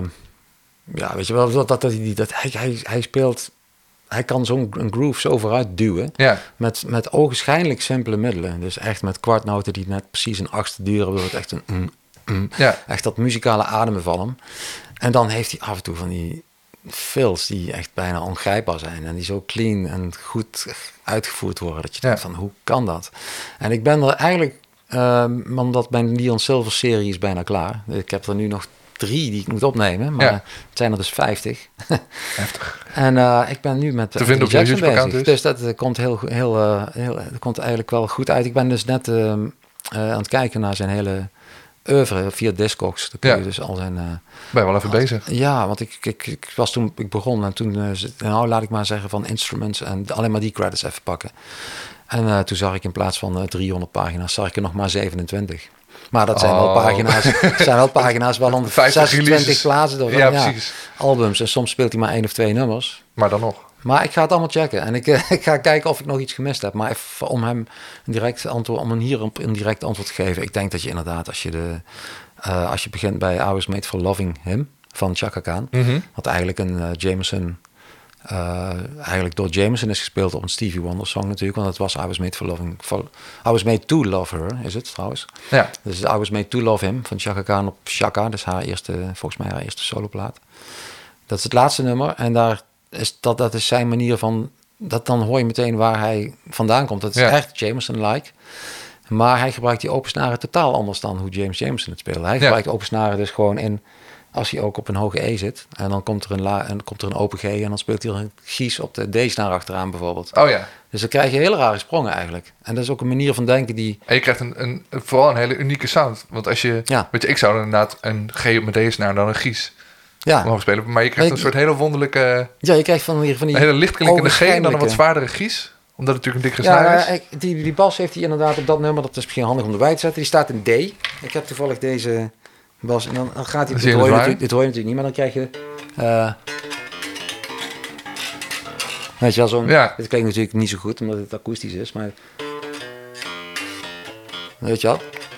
ja, weet je wel, dat, dat, dat, dat, dat hij, hij, hij speelt... Hij kan zo'n een groove zo vooruit duwen. Ja. Met, met ogenschijnlijk simpele middelen. Dus echt met kwartnoten die net precies een achtste duren. Wordt het echt een... Mm, mm, Ja. Echt dat muzikale ademen van hem. En dan heeft hij af en toe van die fills die echt bijna ongrijpbaar zijn. En die zo clean en goed uitgevoerd worden. Dat je Ja. denkt van, hoe kan dat? En ik ben er eigenlijk... Um, omdat mijn Leon Silver serie is bijna klaar. Ik heb er nu nog drie die ik moet opnemen. Maar Ja. het zijn er dus vijftig. Heftig. En uh, ik ben nu met Te vinden op je Jackson YouTube-account bezig. dus? Dus dat uh, komt, heel, heel, uh, heel, dat komt eigenlijk wel goed uit. Ik ben dus net uh, uh, aan het kijken naar zijn hele oeuvre via Discogs. Dan kun je Ja. dus al zijn... Uh, Ben je wel even bezig. Ja, want ik, ik, ik was toen ik begon en toen... Uh, nou, laat ik maar zeggen van instruments en alleen maar die credits even pakken. En uh, toen zag ik in plaats van uh, driehonderd pagina's, zag ik er nog maar zevenentwintig. Maar dat zijn Oh. wel pagina's, zijn wel pagina's wel om vijftig zesentwintig releases. plaatsen door. Ja, precies. Albums en soms speelt hij maar één of twee nummers. Maar dan nog. Maar ik ga het allemaal checken en ik, uh, ik ga kijken of ik nog iets gemist heb. Maar even om hem een direct antwoord, om hem hier een direct antwoord te geven. Ik denk dat je inderdaad, als je, de, uh, als je begint bij I Was Made for Loving Him van Chaka Khan, Mm-hmm. wat eigenlijk een uh, Jameson, uh, eigenlijk door Jameson is gespeeld op een Stevie Wonder song natuurlijk, want het was I Was Made for Loving, for, I Was Made to Love Her, is het trouwens. Ja. Dus I Was Made to Love Him van Chaka Khan op Chaka, dus haar eerste, volgens mij haar eerste soloplaat. Dat is het laatste nummer en daar is dat, dat is zijn manier van, dat dan hoor je meteen waar hij vandaan komt. Dat is Ja. echt Jameson-like. Maar hij gebruikt die open snaren totaal anders dan hoe James Jameson het speelde. Hij Ja. gebruikt open snaren dus gewoon in, als hij ook op een hoge E zit. En dan komt er een, la, en komt er een open G en dan speelt hij er een gies op de D-snaar achteraan bijvoorbeeld. Oh ja. Dus dan krijg je hele rare sprongen eigenlijk. En dat is ook een manier van denken die... En je krijgt een, een, vooral een hele unieke sound. Want als je... Ja. Weet je, ik zou inderdaad een G op mijn D-snaar dan een gies Ja, mogen spelen. Maar je krijgt Ik- een soort hele wonderlijke... ja je krijgt van, hier van die... Een hele lichtklinkende G en dan een wat ogenschijnlijke- zwaardere gies. Omdat het natuurlijk een dikke Ja, snaar is. nou, ik- die, die bas heeft hij inderdaad op dat nummer. Dat is misschien handig om erbij te zetten. Die staat in D. Ik heb toevallig deze bas. En dan, dan gaat hij... Dat is Dit heel hoor, je zwaar. natuurlijk, dit hoor je natuurlijk niet, maar dan krijg je... Uh, weet je wel, zo'n... Ja. Dit klinkt natuurlijk niet zo goed, omdat het akoestisch is, maar... Weet je wel?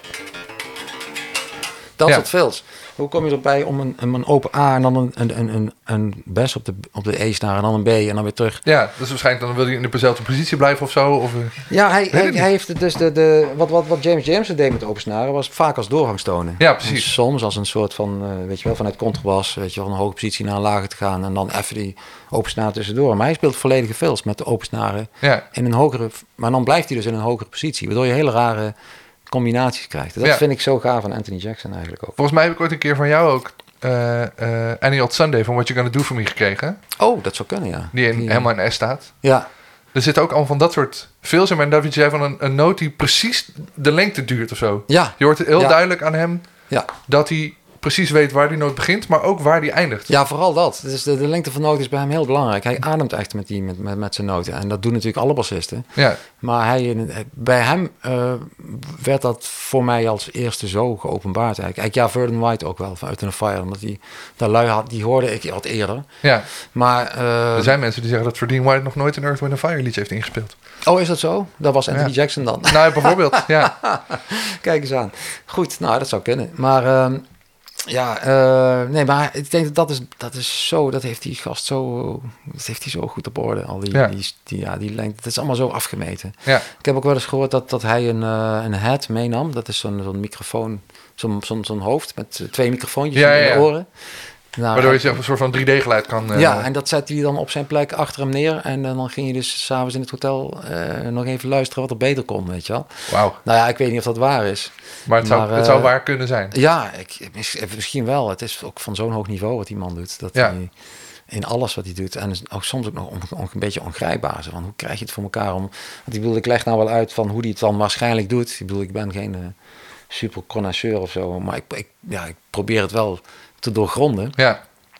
Dat Ja. soort fills. Hoe kom je erbij om een, om een open A en dan een, een, een, een, een bes op de, op de E-snaar en dan een B en dan weer terug? Ja, dus waarschijnlijk dan wil hij in dezelfde positie blijven of zo. Of, eh, Ja, hij, hij, het niet. hij heeft het dus de, de wat, wat, wat James Jameson deed met opensnaren was vaak als doorgangstonen. Ja, precies. En soms als een soort van, uh, weet je wel, vanuit contrabas, weet je wel, van een hoge positie naar een lage te gaan en dan even die opensnaar tussendoor. Maar hij speelt volledige fills met de opensnaren ja. in een hogere, maar dan blijft hij dus in een hogere positie, waardoor je hele rare combinaties krijgt. Dat Ja. vind ik zo gaaf van Anthony Jackson eigenlijk ook. Volgens mij heb ik ooit een keer van jou ook uh, uh, Any Old Sunday van What You Gonna Do For Me gekregen. Oh, dat zou kunnen, ja. Die, in, Die, helemaal in S staat. Ja, Er zitten ook allemaal van dat soort fills in. Maar David zei van een, een noot die precies de lengte duurt of zo. ja, Je hoort heel Ja. duidelijk aan hem ja. dat hij precies weet waar die noot begint, maar ook waar die eindigt. Ja, vooral dat. Dus de, de lengte van noot is bij hem heel belangrijk. Hij ademt echt met, die, met, met, met zijn noten. En dat doen natuurlijk alle bassisten. Ja, Maar hij, bij hem uh, werd dat voor mij als eerste zo geopenbaard eigenlijk. Eigenlijk ja, Verdon White ook wel, van Out in the Fire. Omdat die, dat lui had, die hoorde ik wat eerder. ja. Maar, uh, Er zijn mensen die zeggen dat Verdine White nog nooit een Earth, Wind and Fire liedje heeft ingespeeld. oh, is dat zo? Dat was Anthony Ja. Jackson dan. Nou, bijvoorbeeld, ja. Kijk eens aan. Goed, nou, dat zou kunnen. Maar... Uh, Ja, uh, nee, maar ik denk dat dat is, dat is zo, dat heeft die gast zo, dat heeft hij zo goed op orde. Al die, Ja. die, die, ja, die lengte, het is allemaal zo afgemeten. Ja, Ik heb ook wel eens gehoord dat, dat hij een, uh, een head meenam. Dat is zo'n zo'n microfoon, zo'n zo'n zo'n hoofd met twee microfoontjes Ja, in ja, de ja. oren. Nou, waardoor je en- zeg, een soort van drie D-geluid kan... eh, ja, en dat zette hij dan op zijn plek achter hem neer. En uh, dan ging je dus s'avonds in het hotel uh, nog even luisteren wat er beter kon, weet je wel. Wauw. Nou ja, ik weet niet of dat waar is. Maar het zou, Maar, het uh, zou waar kunnen zijn. Ja, ik, mis- misschien wel. Het is ook van zo'n hoog niveau wat die man doet. Dat Ja. hij in alles wat hij doet. En ook soms ook nog on, on- een beetje ongrijpbaar. Zo van, hoe krijg je het voor elkaar om... Want ik bedoel, ik leg nou wel uit van hoe hij het dan waarschijnlijk doet. Ik bedoel, ik ben geen uh, super connoisseur of zo. Maar ik, ik, ja, ik probeer het wel te doorgronden. Ja,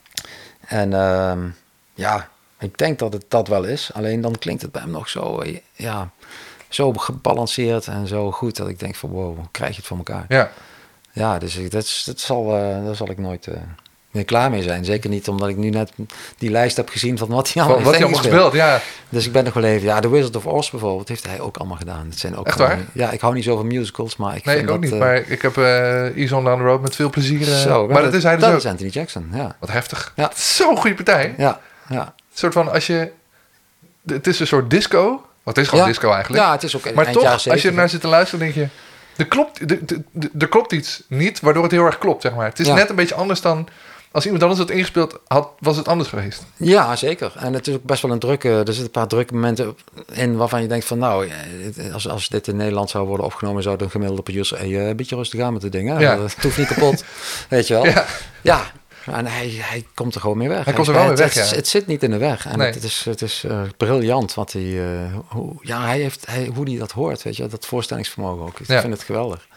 En uh, ja, ik denk dat het dat wel is. Alleen dan klinkt het bij hem nog zo... Uh, ja, zo gebalanceerd en zo goed. Dat ik denk van, wow, hoe krijg je het voor elkaar? ja. Ja, dus ik- dat, is- dat, zal, uh, dat zal ik nooit, uh, meer klaar mee zijn. Zeker niet omdat ik nu net die lijst heb gezien van wat hij Wat, allemaal wat heeft je allemaal ingespeeld. gespeeld, ja. Dus ik ben nog wel even... Ja, The Wizard of Oz bijvoorbeeld heeft hij ook allemaal gedaan. Dat zijn ook Echt gewoon- waar? Ja, ik hou niet zo van musicals, maar ik Nee, vind ik ook dat... niet. eh, Maar ik heb uh, Ease on Down the Road met veel plezier. Uh, zo, maar dat is hij dus dat ook. is Anthony Jackson, ja. Wat heftig. Ja. Zo'n goede partij. Ja, ja. Een soort van, als je... Het is een soort disco. Want het is gewoon Ja. disco eigenlijk. Ja, het is ook Maar eind toch, jaren als je zeventig. ernaar zit te luisteren, denk je... Er klopt, er, er, er- er klopt iets niet, waardoor het heel erg klopt, zeg maar. Het is Ja. net een beetje anders dan... Als iemand anders het ingespeeld had, was het anders geweest. Ja, zeker. En het is ook best wel een drukke... Er zitten een paar drukke momenten in waarvan je denkt van... Nou, eh, als, als dit in Nederland zou worden opgenomen... zou de gemiddelde producer... Hey, eh, een beetje rustig aan met de dingen. Ja. Het hoeft niet kapot. Weet je wel? Ja. Ja. En hij, hij komt er gewoon mee weg. Hij komt er wel mee het, weg, het, ja. het zit niet in de weg. En Nee. het, het is, het is uh, briljant wat hij... Uh, hoe, ja, hij heeft, hij, hoe hij dat hoort, weet je. Dat voorstellingsvermogen ook. Ik Ja. vind het geweldig.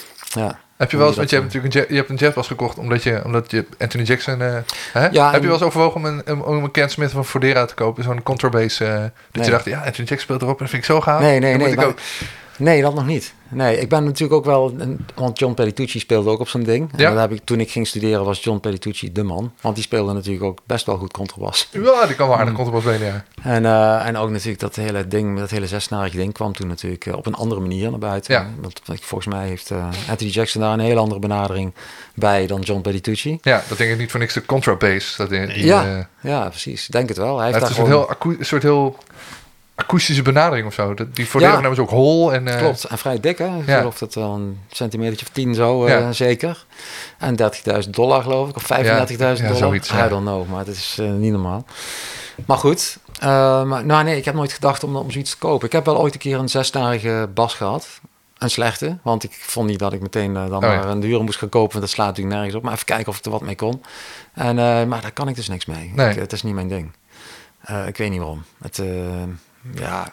Ja. Heb je wel eens, want je hebt natuurlijk een, ja- je hebt een jazzbas gekocht omdat je, omdat je Anthony Jackson... Uh, hè? Ja, heb en- je wel eens overwogen om een, om om een Ken Smith van Fordera te kopen? Zo'n contrabass. Uh, dat Nee. je dacht, ja, Anthony Jackson speelt erop en dat vind ik zo gaaf. Nee, nee, Dat nee. moet ik maar- ook. Nee, dat nog niet. Nee, ik ben natuurlijk ook wel... Een, want John Petitucci speelde ook op zo'n ding. Ja. En dat heb ik, toen ik ging studeren was John Petitucci de man. Want die speelde natuurlijk ook best wel goed contrabas. Ja, die kan wel Mm. aardig contrabas spelen, ja. En, uh, en ook natuurlijk dat hele ding, dat hele zesnarige ding kwam toen natuurlijk uh, op een andere manier naar buiten. Ja. Want want volgens mij heeft uh, Anthony Jackson daar een hele andere benadering bij dan John Petitucci. Ja, dat denk ik niet voor niks de contrabass. Dat die, die, Ja, uh, ja, precies. Denk het wel. Hij heeft het is daar een, gewoon... heel akoe- een soort heel akoestische benadering of zo. Dat- Die Fordera Ja. namen ze ook hol. En, uh, Klopt, en vrij dik, hè? Ik Ja. geloof dat wel een centimetertje of tien zo, uh, Ja. zeker. En dertigduizend dollar, geloof ik, of vijfendertigduizend Ja, ja, dollar. zoiets, ja. I don't know, maar het is uh, niet normaal. Maar goed, uh, maar, nou nee, ik heb nooit gedacht om, om zoiets te kopen. Ik heb wel ooit een keer een zesnarige bas gehad. Een slechte, want ik vond niet dat ik meteen uh, dan Oh, ja. maar een dure moest gaan kopen, want dat slaat natuurlijk nergens op. Maar even kijken of ik er wat mee kon. En, uh, maar daar kan ik dus niks mee. Nee. Ik, het is niet mijn ding. Uh, ik weet niet waarom. Het, uh, ja...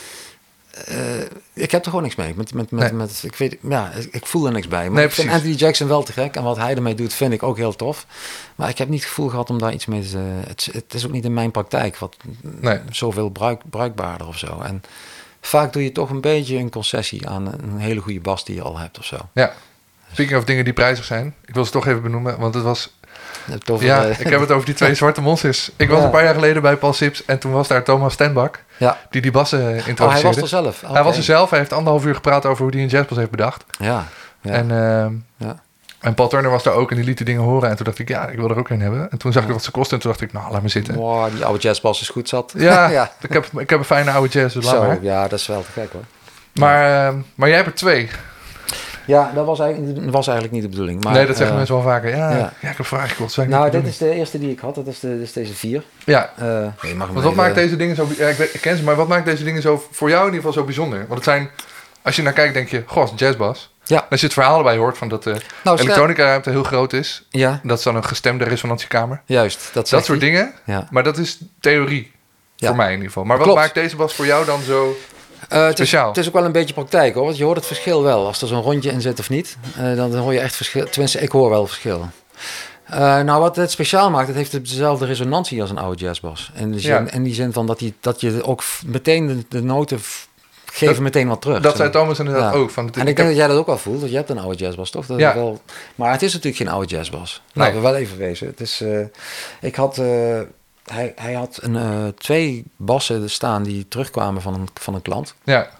Uh, ik heb er gewoon niks mee. Met, met, met, Nee. met, ik, weet, ja, ik, ik voel er niks bij. Maar Nee, ik vind precies. Anthony Jackson wel te gek. En wat hij ermee doet, vind ik ook heel tof. Maar ik heb niet het gevoel gehad om daar iets mee te... Het, het is ook niet in mijn praktijk wat Nee. zoveel bruik, bruikbaarder of zo. En vaak doe je toch een beetje een concessie aan een hele goede bas die je al hebt of zo. Ja. Speaking of dingen die prijzig zijn. Ik wil ze toch even benoemen, want het was... Je hebt het over, Ja, eh, ik heb het over die twee zwarte monsters. Ik was Ja. een paar jaar geleden bij Paul Sips en toen was daar Thomas Stenbak, ja. die die bassen Oh, introduceerde. hij was er zelf. Hij Oké. was er zelf, hij heeft anderhalf uur gepraat over hoe hij een jazzbas heeft bedacht. Ja. ja. En, ehm, ja. en Paul Turner was daar ook en die liet die dingen horen. En toen dacht ik, ja, ik wil er ook een hebben. En toen zag ik wat ze kosten en toen dacht ik, nou, laat me zitten. Wow, die oude jazzbas is goed zat. Ja, ja. Ik, heb, ik heb een fijne oude jazz, dus laat Zo, maar. ja, dat is wel te gek hoor. Maar, ehm, maar jij hebt er twee. Ja, dat was eigenlijk, was eigenlijk niet de bedoeling. Maar, nee, dat zeggen uh, mensen wel vaker. Ja, ja. ja. ik heb vragen gekocht. Zei ik Nou, niet dit doen. is de eerste die ik had. Dat is, de, dit is deze vier. Ja, Uh, nee, je mag hem want wat even- maakt deze dingen zo... Ja, ik, weet, ik ken ze, maar wat maakt deze dingen zo voor jou in ieder geval zo bijzonder? Want het zijn... Als je naar kijkt, denk je, goh, het is een jazzbas. Ja. En als je het verhaal erbij hoort van dat de Nou, elektronica-ruimte heel groot is. Ja, Dat is dan een gestemde resonantiekamer. juist. Dat, Dat zegt soort hij. dingen. Ja. Maar dat is theorie. Ja. Voor mij in ieder geval. Maar wat Klopt. maakt deze bas voor jou dan zo... Uh, het, is, Speciaal. het is ook wel een beetje praktijk hoor. Want je hoort het verschil wel. Als er zo'n rondje in zit of niet. Uh, dan hoor je echt verschil. Tenminste, ik hoor wel verschil. Uh, nou, wat het speciaal maakt, het heeft dezelfde resonantie als een oude jazzbas. In, de zin, Ja. in die zin van dat, die, dat je ook f- meteen de, de noten f- geven Dat- meteen wat terug. Dat Zo. zei Thomas inderdaad Ja. ook. Van, het- En ik ik denk heb- dat jij dat ook wel voelt. Want je hebt een oude jazzbas, toch? Dat Ja. is wel... Maar het is natuurlijk geen oude jazzbas. Nee. Laten we wel even wezen. Het is, uh, ik had... Uh, hij, hij had een, uh, twee bassen staan die terugkwamen van een, van een klant. Ja,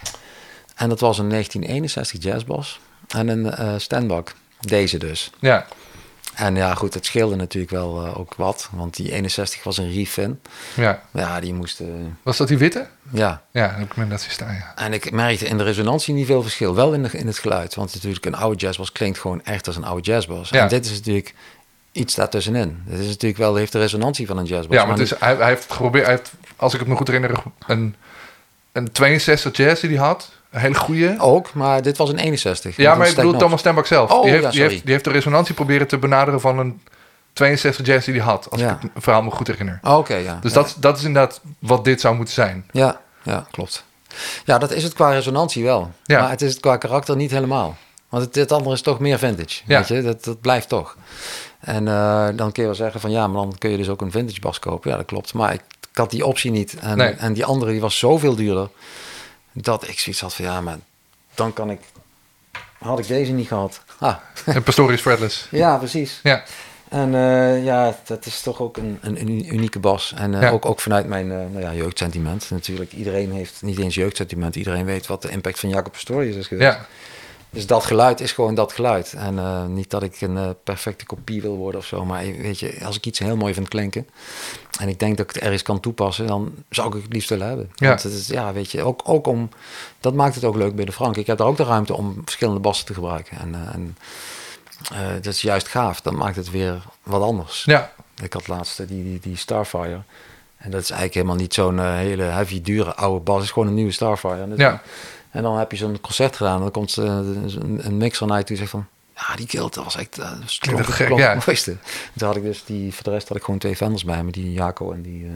En dat was een negentien eenenzestig jazzbas. En een uh, Stenbak. Deze dus. ja. En ja, goed, het scheelde natuurlijk wel uh, ook wat. Want die eenenzestig was een refin. ja. Ja, die moest... Uh, Was dat die witte? ja. Ja, daar heb ik me net zien staan, ja. En ik merkte in de resonantie niet veel verschil. Wel in, de, in het geluid. Want natuurlijk een oude jazzbas klinkt gewoon echt als een oude jazzbas. Ja. En dit is natuurlijk iets daartussenin. Dit is natuurlijk wel, heeft de resonantie van een jazzbas. Ja, maar het is, hij, hij heeft geprobeerd... Hij heeft, als ik het me goed herinner, een, een tweeënzestig jazz die hij had. Een hele goede. Ook, maar dit was een eenenzestig. Ja, Met maar een ik bedoel steknot. Thomas Stenbak zelf. Oh, die, heeft, ja, die, sorry. heeft, die heeft de resonantie proberen te benaderen van een tweeënzestig jazz die hij had. Als Ja. ik het verhaal me goed herinner. Oh, oké, ja. Dus ja. dat, dat is inderdaad wat dit zou moeten zijn. Ja, ja, klopt. Ja, dat is het qua resonantie wel. Ja. Maar het is het qua karakter niet helemaal. Want het, het andere is toch meer vintage. Ja. Weet je? Dat, dat blijft toch. En uh, dan kun je wel zeggen van ja, maar dan kun je dus ook een vintage bas kopen. Ja, dat klopt. Maar ik, ik had die optie niet. En, Nee. en die andere die was zoveel duurder. Dat ik zoiets had van ja, maar dan kan ik... Had ik deze niet gehad. Ah. En Pastorius Fretless. Ja, precies. Ja, En uh, ja, dat is toch ook een, een, een unieke bas. En uh, ja. ook, ook vanuit mijn uh, nou ja, jeugdsentiment. Natuurlijk, iedereen heeft niet eens jeugdsentiment. Iedereen weet wat de impact van Jaco Pastorius is geweest. Ja. Dus dat geluid is gewoon dat geluid. En uh, niet dat ik een uh, perfecte kopie wil worden of zo. Maar weet je, als ik iets heel mooi vind klinken... en ik denk dat ik het ergens kan toepassen... dan zou ik het liefst willen hebben. Ja. Want het is, ja, weet je, ook, ook om... dat maakt het ook leuk bij de Frank. Ik heb daar ook de ruimte om verschillende bassen te gebruiken. En, uh, en uh, dat is juist gaaf. Dat maakt het weer wat anders. Ja. Ik had laatst die, die, die Starfire... en dat is eigenlijk helemaal niet zo'n uh, hele heavy, dure oude bas. Het is gewoon een nieuwe Starfire. En ja. En dan heb je zo'n concert gedaan en dan komt uh, een, een mixer naar je toe die zegt van... ja, die kilt, dat was echt... Uh, klonk, gek, klonk, ja. Mooiste. Toen had ik dus die... Voor de rest had ik gewoon twee vendors bij me. Die Jaco en die uh,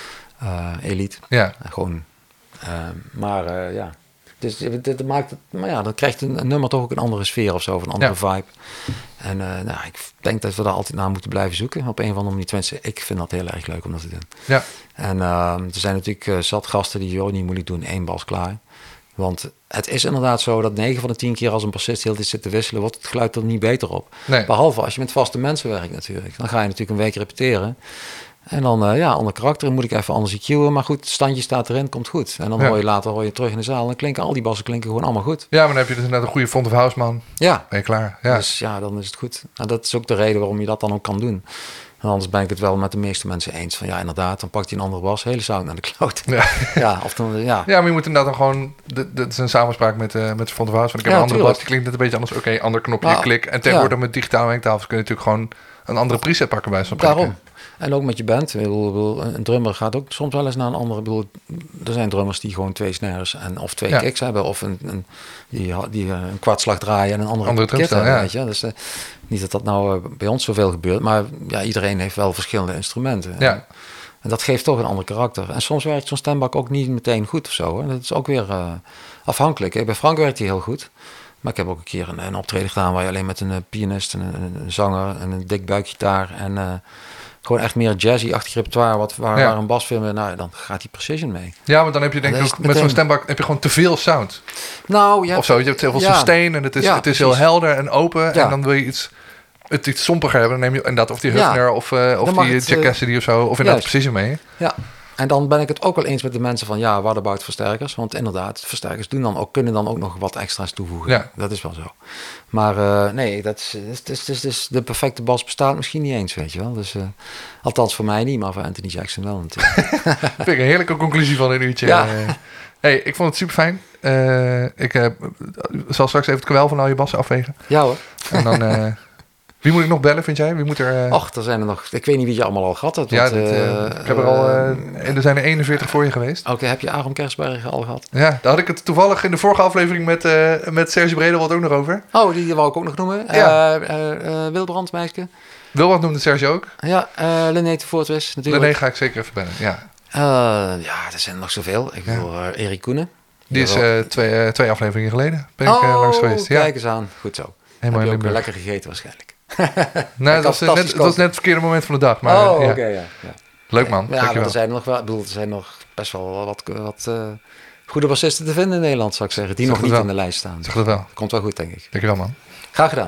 uh, Elite. Ja. Uh, gewoon... Uh, maar uh, ja... Dus dit maakt het... Maar ja, dan krijgt een, een nummer toch ook een andere sfeer of zo. Of een andere ja. vibe. En uh, nou, ik denk dat we daar altijd naar moeten blijven zoeken. Op een of andere manier. Tenminste, ik vind dat heel erg leuk om dat te doen. Ja. En uh, er zijn natuurlijk uh, zat gasten die joh, niet moeilijk doen. Één bas klaar. Want het is inderdaad zo dat negen van de tien keer als een bassist heel tijd zit te wisselen, wordt het geluid er niet beter op. Nee. Behalve als je met vaste mensen werkt natuurlijk. Dan ga je natuurlijk een week repeteren. En dan, uh, ja, ander karakter, moet ik even anders E Q'en. Maar goed, het standje staat erin, komt goed. En dan ja. hoor je later hoor je terug in de zaal. En dan klinken al die bassen klinken gewoon allemaal goed. Ja, maar dan heb je dus net een goede front of house man. Ja. Ben je klaar. Ja. Dus ja, dan is het goed. Nou, dat is ook de reden waarom je dat dan ook kan doen. En anders ben ik het wel met de meeste mensen eens. Van ja, inderdaad, dan pakt hij een andere bas, hele sound naar de cloud. Ja, ja, of dan, ja. ja, maar je moet inderdaad dan gewoon... Dat is een samenspraak met, uh, met de front of house. Want ik heb ja, een andere tuurlijk. bas, die klinkt net een beetje anders. Oké, okay, ander knopje, nou, klik. En tegenwoordig ja. met digitale mengtafels kun je natuurlijk gewoon een andere preset pakken bij zo'n Daarom. En ook met je band. Ik bedoel, een drummer gaat ook soms wel eens naar een andere. Ik bedoel, er zijn drummers die gewoon twee snares en of twee ja. kicks hebben. Of een, een, die, die een kwartslag draaien en een andere, andere kit hebben. Ja. Weet je? Dus, uh, niet dat dat nou uh, bij ons zoveel gebeurt. Maar ja, iedereen heeft wel verschillende instrumenten. Ja. En, en dat geeft toch een ander karakter. En soms werkt zo'n stembak ook niet meteen goed of zo. Hè. Dat is ook weer uh, afhankelijk. Hè. Bij Frank werkt hij heel goed. Maar ik heb ook een keer een, een optreden gedaan waar je alleen met een uh, pianist, een, een, een zanger en een dik buikgitaar en... Uh, gewoon echt meer jazzy-achtig repertoire, wat, waar, ja. waar een bas filmen, nou dan gaat die precision mee. Ja, maar dan heb je denk ik ook, met zo'n stembak heb je gewoon te veel sound. Nou, ja. Of zo, je hebt heel veel ja. sustain en het is, ja, het is heel helder en open. Ja. En dan wil je iets, het iets sompiger hebben. Dan neem je inderdaad of die Hufner ja. of, uh, of die Jack Cassidy of zo, of inderdaad precision mee. Ja. En dan ben ik het ook wel eens met de mensen van ja, what about versterkers? Want inderdaad, versterkers doen dan ook, kunnen dan ook nog wat extra's toevoegen. Ja. Dat is wel zo. Maar uh, nee, dat is, is, is, is, is, de perfecte bas bestaat misschien niet eens, weet je wel. Dus, uh, althans voor mij niet, maar voor Anthony Jackson wel natuurlijk. Vind ik een heerlijke conclusie van een uurtje. Ja. Uh, hey, ik vond het super fijn. Uh, ik uh, zal straks even het kwel van al je bassen afwegen. Ja hoor. En dan... Uh, Wie moet ik nog bellen, vind jij? Wie moet er... Uh... Och, er zijn er nog... Ik weet niet wie je allemaal al gehad hebt. Ja, want, dit, uh, ik heb er al... Uh, er zijn er eenenveertig voor je geweest. Oké, okay, heb je Aram Kersberg al gehad? Ja, daar had ik het toevallig in de vorige aflevering met, uh, met Serge Bredel ook nog over. Oh, die wou ik ook nog noemen. Ja. Uh, uh, uh, Wilbrand, meisje. Wilbrand noemde Serge ook. Ja, uh, Linné de Voortwis natuurlijk. Linné ga ik zeker even bellen, ja. Uh, ja, er zijn er nog zoveel. Ik bedoel, ja. uh, Erik Koenen. Die is uh, twee, uh, twee afleveringen geleden. Ben ik uh, langs geweest. Kijk ja. eens aan. Goed zo. Helemaal heb je ook weer lekker gegeten waarschijnlijk. Nee, dat was, net, dat was net het verkeerde moment van de dag. Maar, oh, ja. oké, okay, ja, ja. Leuk man. Ja, maar er zijn nog wel, ik bedoel, er zijn nog best wel wat, wat uh, goede bassisten te vinden in Nederland, zou ik zeggen. Die zeg nog niet wel. in de lijst staan. Zeg dat wel. Komt wel goed, denk ik. Dankjewel man. Graag gedaan.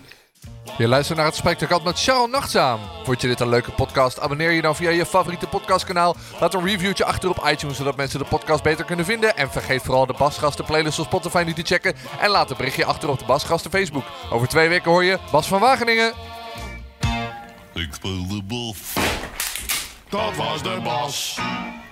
Je luistert naar het Spektakel met Charles Nachtzaam. Vond je dit een leuke podcast? Abonneer je dan via je favoriete podcastkanaal. Laat een reviewtje achter op iTunes, zodat mensen de podcast beter kunnen vinden. En vergeet vooral de Basgasten playlist op Spotify niet te checken. En laat een berichtje achter op de Basgasten Facebook. Over twee weken hoor je Bas van Wageningen. Ik speel de bas. Dat was de Bas.